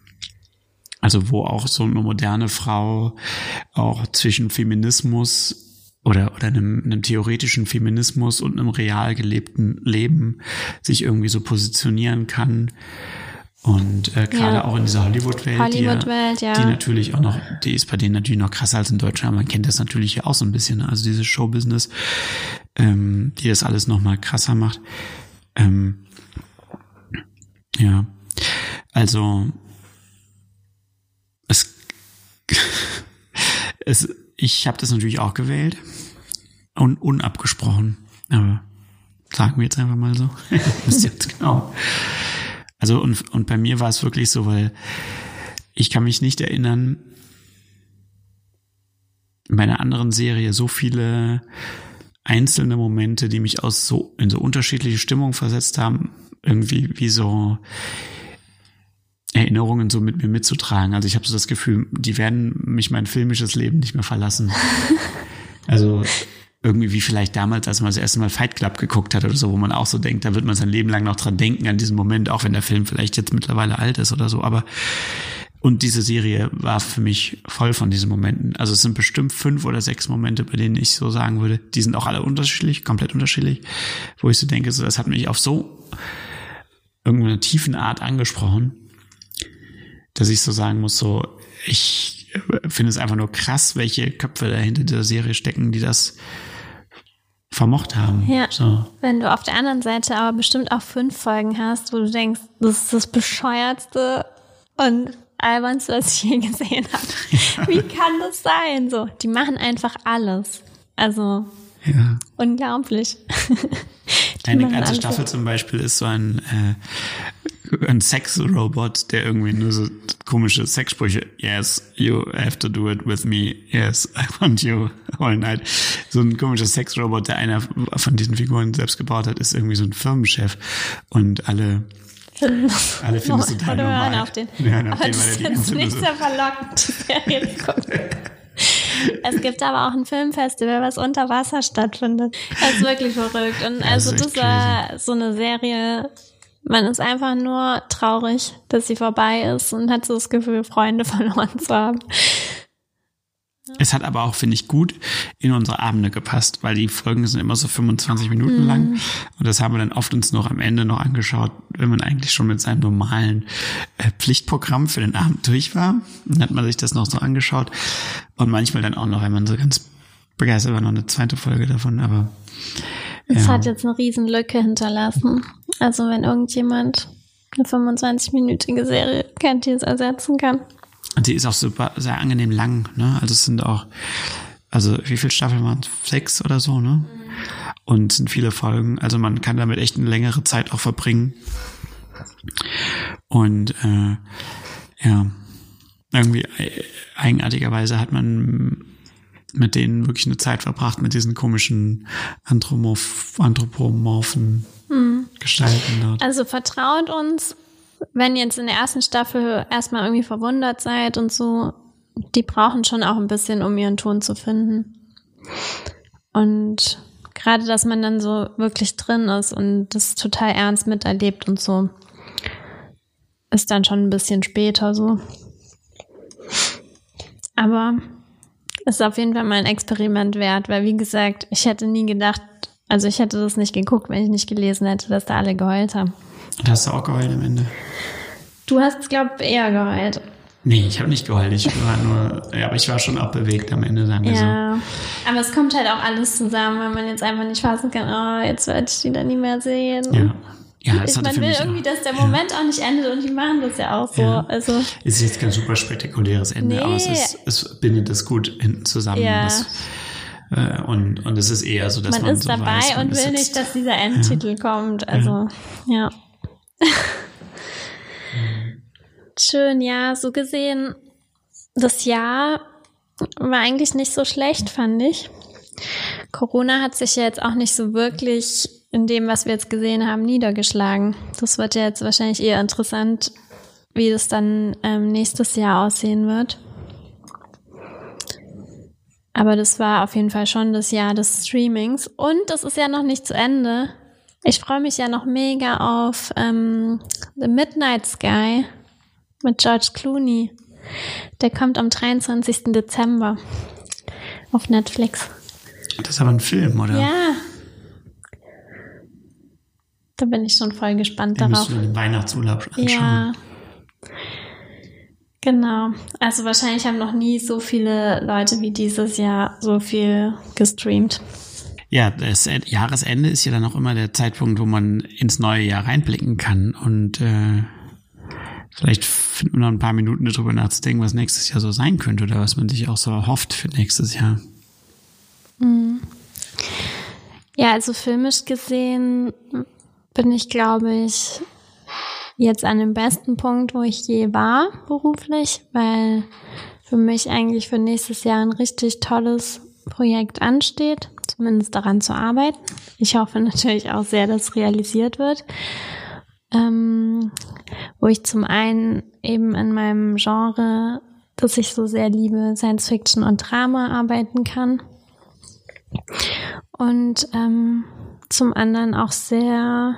also wo auch so eine moderne Frau auch zwischen Feminismus oder oder einem, einem theoretischen Feminismus und einem real gelebten Leben sich irgendwie so positionieren kann. Und äh, gerade ja. auch in dieser Hollywood-Welt, Hollywood-Welt, die, ja. die natürlich auch noch, die ist bei denen natürlich noch krasser als in Deutschland. Man kennt das natürlich ja auch so ein bisschen, also dieses Showbusiness, ähm, die das alles noch mal krasser macht. Ähm, ja, also es, es ich habe das natürlich auch gewählt und unabgesprochen, aber sagen wir jetzt einfach mal so. Wisst ihr jetzt genau. Also und und bei mir war es wirklich so, weil ich kann mich nicht erinnern, in meiner anderen Serie so viele einzelne Momente, die mich aus so in so unterschiedliche Stimmungen versetzt haben, irgendwie wie so Erinnerungen so mit mir mitzutragen. Also ich habe so das Gefühl, die werden mich mein filmisches Leben nicht mehr verlassen. Also irgendwie wie vielleicht damals, als man das erste Mal Fight Club geguckt hat oder so, wo man auch so denkt, da wird man sein Leben lang noch dran denken an diesen Moment, auch wenn der Film vielleicht jetzt mittlerweile alt ist oder so. Aber und diese Serie war für mich voll von diesen Momenten. Also es sind bestimmt fünf oder sechs Momente, bei denen ich so sagen würde, die sind auch alle unterschiedlich, komplett unterschiedlich, wo ich so denke, so das hat mich auf so irgendeine tiefen Art angesprochen, dass ich so sagen muss, so ich finde es einfach nur krass, welche Köpfe da hinter dieser Serie stecken, die das vermocht haben. Ja, so. Wenn du auf der anderen Seite aber bestimmt auch fünf Folgen hast, wo du denkst, das ist das bescheuertste und albernste, was ich je gesehen habe. Ja. Wie kann das sein? So, die machen einfach alles. Also, ja. Unglaublich. Eine ganze Staffel zum Beispiel ist so ein, äh, ein Sex-Robot, der irgendwie nur so komische Sexsprüche, yes, you have to do it with me, yes, I want you all night. So ein komischer Sex-Robot, der einer von diesen Figuren selbst gebaut hat, ist irgendwie so ein Firmenchef und alle alle finden es total Oder normal. hören auf den. Wir hören auf aber den, das weil ist der nicht so sehr verlockend, die Serie zu gucken. Es gibt aber auch ein Filmfestival, was unter Wasser stattfindet. Das ist wirklich verrückt. Und also das, das war so eine Serie, man ist einfach nur traurig, dass sie vorbei ist und hat so das Gefühl, Freunde verloren zu haben. Es hat aber auch, finde ich, gut in unsere Abende gepasst, weil die Folgen sind immer so fünfundzwanzig Minuten mm. lang und das haben wir dann oft uns noch am Ende noch angeschaut, wenn man eigentlich schon mit seinem normalen äh, Pflichtprogramm für den Abend durch war. Dann hat man sich das noch so angeschaut und manchmal dann auch noch, wenn man so ganz begeistert war, noch eine zweite Folge davon, aber es ja. hat jetzt eine riesen Lücke hinterlassen. Also wenn irgendjemand eine fünfundzwanzig-minütige Serie kennt, die es ersetzen kann. Und die ist auch super, sehr angenehm lang, ne? Also es sind auch, also wie viele Staffeln waren es? Sechs oder so, ne? Mhm. Und es sind viele Folgen. Also man kann damit echt eine längere Zeit auch verbringen. Und äh, ja, irgendwie eigenartigerweise hat man mit denen wirklich eine Zeit verbracht, mit diesen komischen Anthropomorph- anthropomorphen mhm. Gestalten dort. Also vertraut uns, wenn ihr jetzt in der ersten Staffel erstmal irgendwie verwundert seid und so, die brauchen schon auch ein bisschen, um ihren Ton zu finden. Und gerade, dass man dann so wirklich drin ist und das total ernst miterlebt und so, ist dann schon ein bisschen später so. Aber ist auf jeden Fall mal ein Experiment wert, weil wie gesagt, ich hätte nie gedacht, also ich hätte das nicht geguckt, wenn ich nicht gelesen hätte, dass da alle geheult haben. Und hast du auch geheult am Ende? Du hast, glaube ich, eher geheult. Nee, ich habe nicht geheult. Ich war nur, ja, aber ich war schon auch bewegt am Ende, sagen wir ja, so. Aber es kommt halt auch alles zusammen, wenn man jetzt einfach nicht fassen kann, oh, jetzt werde ich die dann nie mehr sehen. Ja. Ja, das ich, man will irgendwie, auch, dass der Moment ja. auch nicht endet und die machen das ja auch so. Ja. Also, es ist jetzt kein super spektakuläres Ende, nee. aber es, ist, es bindet das gut hinten zusammen. Ja. Was, äh, und, und es ist eher so, dass man, man ist so dabei weiß, man und will jetzt, nicht, dass dieser Endtitel ja. kommt. Also, ja. ja. Schön, ja, so gesehen, das Jahr war eigentlich nicht so schlecht, fand ich. Corona hat sich ja jetzt auch nicht so wirklich in dem, was wir jetzt gesehen haben, niedergeschlagen. Das wird ja jetzt wahrscheinlich eher interessant, wie das dann ähm, nächstes Jahr aussehen wird. Aber das war auf jeden Fall schon das Jahr des Streamings. Und das ist ja noch nicht zu Ende. Ich freue mich ja noch mega auf ähm, The Midnight Sky mit George Clooney. Der kommt am dreiundzwanzigsten Dezember auf Netflix. Das ist aber ein Film, oder? Ja. Da bin ich schon voll gespannt Den darauf. Den müssen wir den Weihnachtsurlaub anschauen. Ja. Genau. Also wahrscheinlich haben noch nie so viele Leute wie dieses Jahr so viel gestreamt. Ja, das Jahresende ist ja dann auch immer der Zeitpunkt, wo man ins neue Jahr reinblicken kann und äh, vielleicht finden wir noch ein paar Minuten darüber nachzudenken, was nächstes Jahr so sein könnte oder was man sich auch so erhofft für nächstes Jahr. Mhm. Ja, also filmisch gesehen bin ich, glaube ich, jetzt an dem besten Punkt, wo ich je war beruflich, weil für mich eigentlich für nächstes Jahr ein richtig tolles Projekt ansteht, zumindest daran zu arbeiten. Ich hoffe natürlich auch sehr, dass es realisiert wird, ähm, wo ich zum einen eben in meinem Genre, das ich so sehr liebe, Science Fiction und Drama arbeiten kann und ähm, zum anderen auch sehr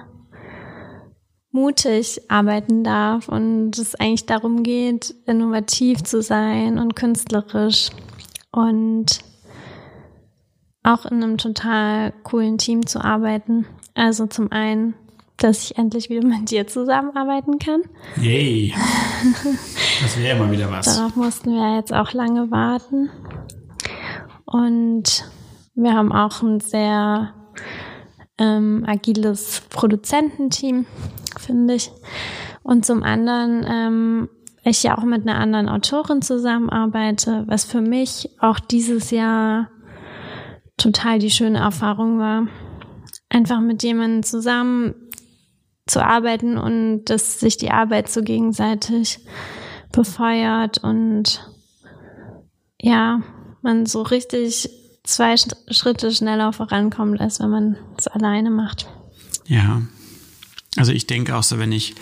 mutig arbeiten darf und es eigentlich darum geht, innovativ zu sein und künstlerisch und auch in einem total coolen Team zu arbeiten. Also zum einen, dass ich endlich wieder mit dir zusammenarbeiten kann. Yay! Das wäre immer wieder was. Darauf mussten wir jetzt auch lange warten. Und wir haben auch ein sehr ähm, agiles Produzententeam, finde ich. Und zum anderen, ähm, ich ja auch mit einer anderen Autorin zusammenarbeite, was für mich auch dieses Jahr total die schöne Erfahrung war. Einfach mit jemandem zusammen zu arbeiten und dass sich die Arbeit so gegenseitig befeuert und ja, man so richtig zwei Schritte schneller vorankommt, als wenn man es alleine macht. Ja, also ich denke auch so, wenn ich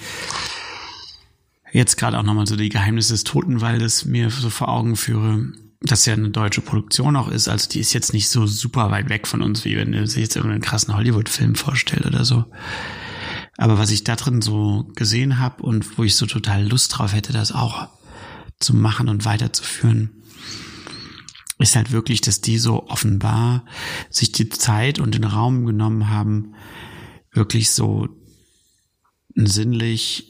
jetzt gerade auch nochmal so die Geheimnisse des Totenwaldes mir so vor Augen führe, dass ja eine deutsche Produktion auch ist, also die ist jetzt nicht so super weit weg von uns, wie wenn du sich jetzt irgendeinen krassen Hollywood-Film vorstellst oder so. Aber was ich da drin so gesehen habe und wo ich so total Lust drauf hätte, das auch zu machen und weiterzuführen, ist halt wirklich, dass die so offenbar sich die Zeit und den Raum genommen haben, wirklich so sinnlich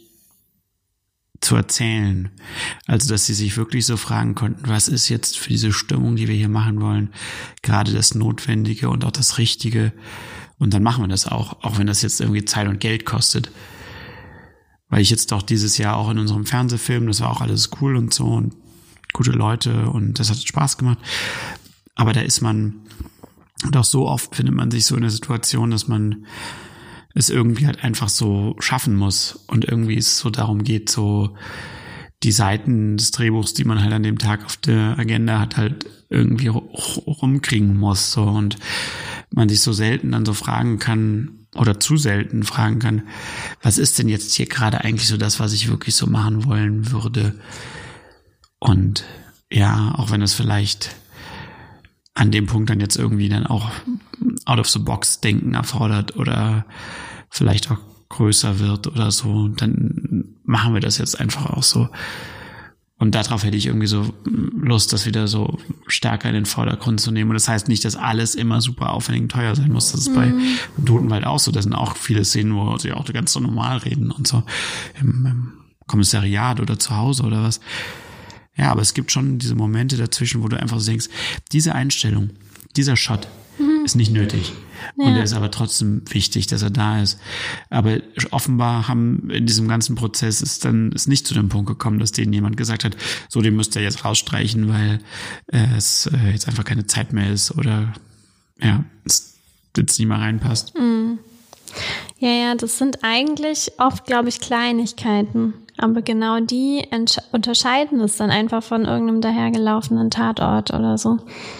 zu erzählen. Also, dass sie sich wirklich so fragen konnten, was ist jetzt für diese Stimmung, die wir hier machen wollen, gerade das Notwendige und auch das Richtige. Und dann machen wir das auch, auch wenn das jetzt irgendwie Zeit und Geld kostet. Weil ich jetzt doch dieses Jahr auch in unserem Fernsehfilm, das war auch alles cool und so und gute Leute und das hat Spaß gemacht. Aber da ist man doch so oft, findet man sich so in der Situation, dass man es irgendwie halt einfach so schaffen muss und irgendwie es so darum geht, so die Seiten des Drehbuchs, die man halt an dem Tag auf der Agenda hat, halt irgendwie rumkriegen muss, so, und man sich so selten dann so fragen kann oder zu selten fragen kann, was ist denn jetzt hier gerade eigentlich so das, was ich wirklich so machen wollen würde? Und ja, auch wenn es vielleicht an dem Punkt dann jetzt irgendwie dann auch out of the box denken erfordert oder vielleicht auch größer wird oder so, dann machen wir das jetzt einfach auch so. Und darauf hätte ich irgendwie so Lust, das wieder so stärker in den Vordergrund zu nehmen. Und das heißt nicht, dass alles immer super aufwendig und teuer sein muss. Das ist mhm. bei Totenwald auch so. Da sind auch viele Szenen, wo sie auch ganz so normal reden und so im, im Kommissariat oder zu Hause oder was. Ja, aber es gibt schon diese Momente dazwischen, wo du einfach so denkst, diese Einstellung, dieser Shot mhm. ist nicht nötig. Ja. Und er ist aber trotzdem wichtig, dass er da ist. Aber offenbar haben in diesem ganzen Prozess ist dann ist nicht zu dem Punkt gekommen, dass denen jemand gesagt hat, so, den müsst ihr jetzt rausstreichen, weil äh, es äh, jetzt einfach keine Zeit mehr ist oder ja, es jetzt nicht mehr reinpasst. Mhm. Ja, ja, das sind eigentlich oft, glaube ich, Kleinigkeiten. Aber genau die entsch- unterscheiden es dann einfach von irgendeinem dahergelaufenen Tatort oder so.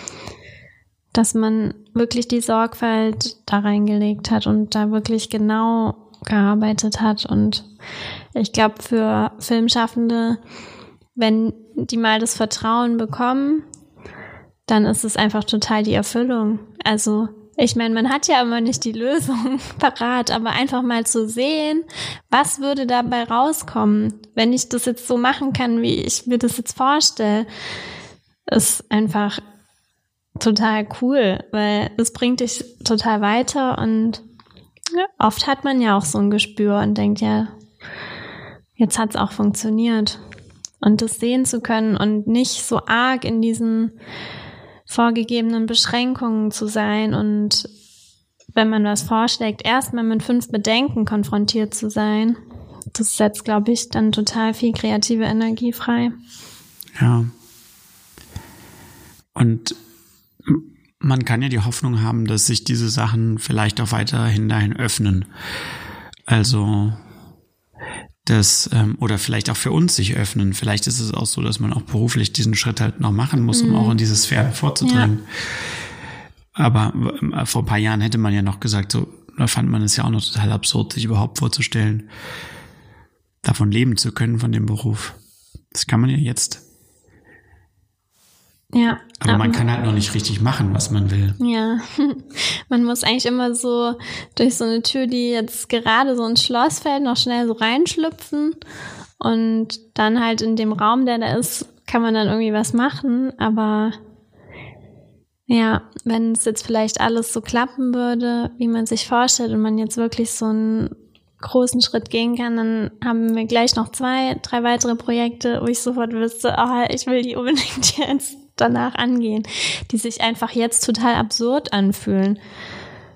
Dass man wirklich die Sorgfalt da reingelegt hat und da wirklich genau gearbeitet hat. Und ich glaube, für Filmschaffende, wenn die mal das Vertrauen bekommen, dann ist es einfach total die Erfüllung. Also ich meine, man hat ja immer nicht die Lösung parat, aber einfach mal zu sehen, was würde dabei rauskommen, wenn ich das jetzt so machen kann, wie ich mir das jetzt vorstelle, ist einfach total cool, weil es bringt dich total weiter und ja, oft hat man ja auch so ein Gespür und denkt, ja, jetzt hat es auch funktioniert. Und das sehen zu können und nicht so arg in diesen vorgegebenen Beschränkungen zu sein und wenn man was vorschlägt, erstmal mit fünf Bedenken konfrontiert zu sein, das setzt, glaube ich, dann total viel kreative Energie frei. Ja. Und man kann ja die Hoffnung haben, dass sich diese Sachen vielleicht auch weiterhin dahin öffnen. Also das, ähm, oder vielleicht auch für uns sich öffnen. Vielleicht ist es auch so, dass man auch beruflich diesen Schritt halt noch machen muss, um mhm. auch in diese Sphäre vorzudringen. Ja. Aber äh, vor ein paar Jahren hätte man ja noch gesagt, so, da fand man es ja auch noch total absurd, sich überhaupt vorzustellen, davon leben zu können, von dem Beruf. Das kann man ja jetzt. Ja. Aber man kann halt noch nicht richtig machen, was man will. Ja, man muss eigentlich immer so durch so eine Tür, die jetzt gerade so ins Schloss fällt, noch schnell so reinschlüpfen und dann halt in dem Raum, der da ist, kann man dann irgendwie was machen, aber ja, wenn es jetzt vielleicht alles so klappen würde, wie man sich vorstellt und man jetzt wirklich so einen großen Schritt gehen kann, dann haben wir gleich noch zwei, drei weitere Projekte, wo ich sofort wüsste, oh, ich will die unbedingt jetzt danach angehen, die sich einfach jetzt total absurd anfühlen.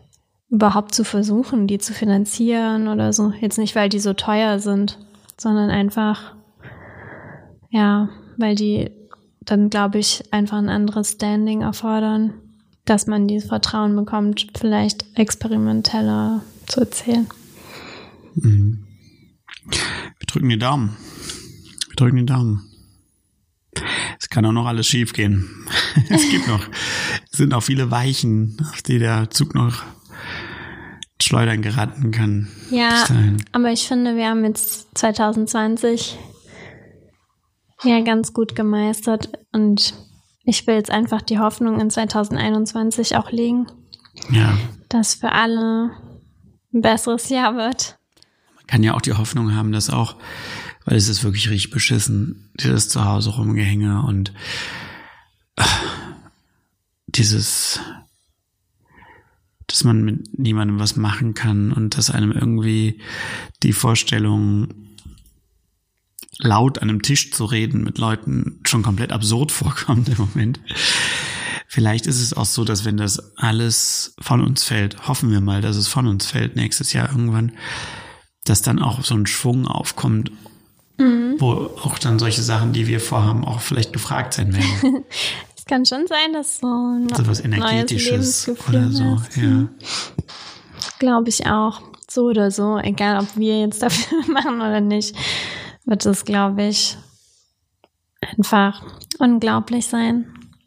überhaupt zu versuchen, die zu finanzieren oder so. Jetzt nicht, weil die so teuer sind, sondern einfach, ja, weil die dann, glaube ich, einfach ein anderes Standing erfordern, dass man dieses Vertrauen bekommt, vielleicht experimenteller zu erzählen. Mhm. Wir drücken die Daumen. Wir drücken die Daumen. Es kann auch noch alles schief gehen. Es gibt noch, es sind auch viele Weichen, auf die der Zug noch ins Schleudern geraten kann. Ja, aber ich finde, wir haben jetzt zwanzig zwanzig ja ganz gut gemeistert und ich will jetzt einfach die Hoffnung in zwanzig einundzwanzig auch legen, ja, dass für alle ein besseres Jahr wird. Man kann ja auch die Hoffnung haben, dass auch, weil es ist wirklich richtig beschissen, dieses Zuhause rumgehänge und äh, dieses, dass man mit niemandem was machen kann und dass einem irgendwie die Vorstellung, laut an einem Tisch zu reden mit Leuten schon komplett absurd vorkommt im Moment. Vielleicht ist es auch so, dass wenn das alles von uns fällt, hoffen wir mal, dass es von uns fällt nächstes Jahr irgendwann, dass dann auch so ein Schwung aufkommt, mhm. wo auch dann solche Sachen, die wir vorhaben, auch vielleicht gefragt sein werden. Es kann schon sein, dass so ein so was Energetisches oder so, ist. Ja. Glaube ich auch. So oder so, egal ob wir jetzt dafür machen oder nicht, wird es, glaube ich, einfach unglaublich sein.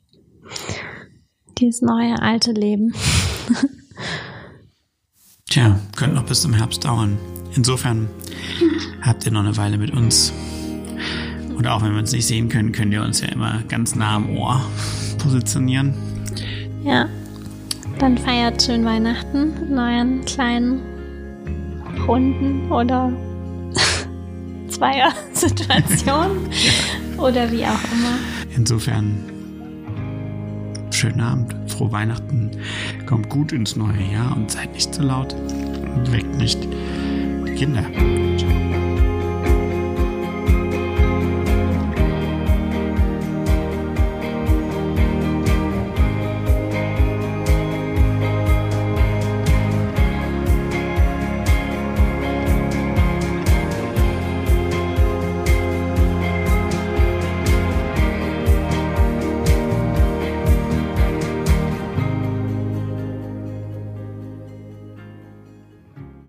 Dieses neue, alte Leben. Tja, könnte noch bis zum Herbst dauern. Insofern habt ihr noch eine Weile mit uns. Und auch wenn wir uns nicht sehen können, könnt ihr uns ja immer ganz nah am Ohr positionieren. Ja, dann feiert schön Weihnachten in euren kleinen Runden oder Zweier-Situation ja. Oder wie auch immer. Insofern schönen Abend, frohe Weihnachten, kommt gut ins neue Jahr und seid nicht zu laut und weckt nicht die Kinder. Ciao.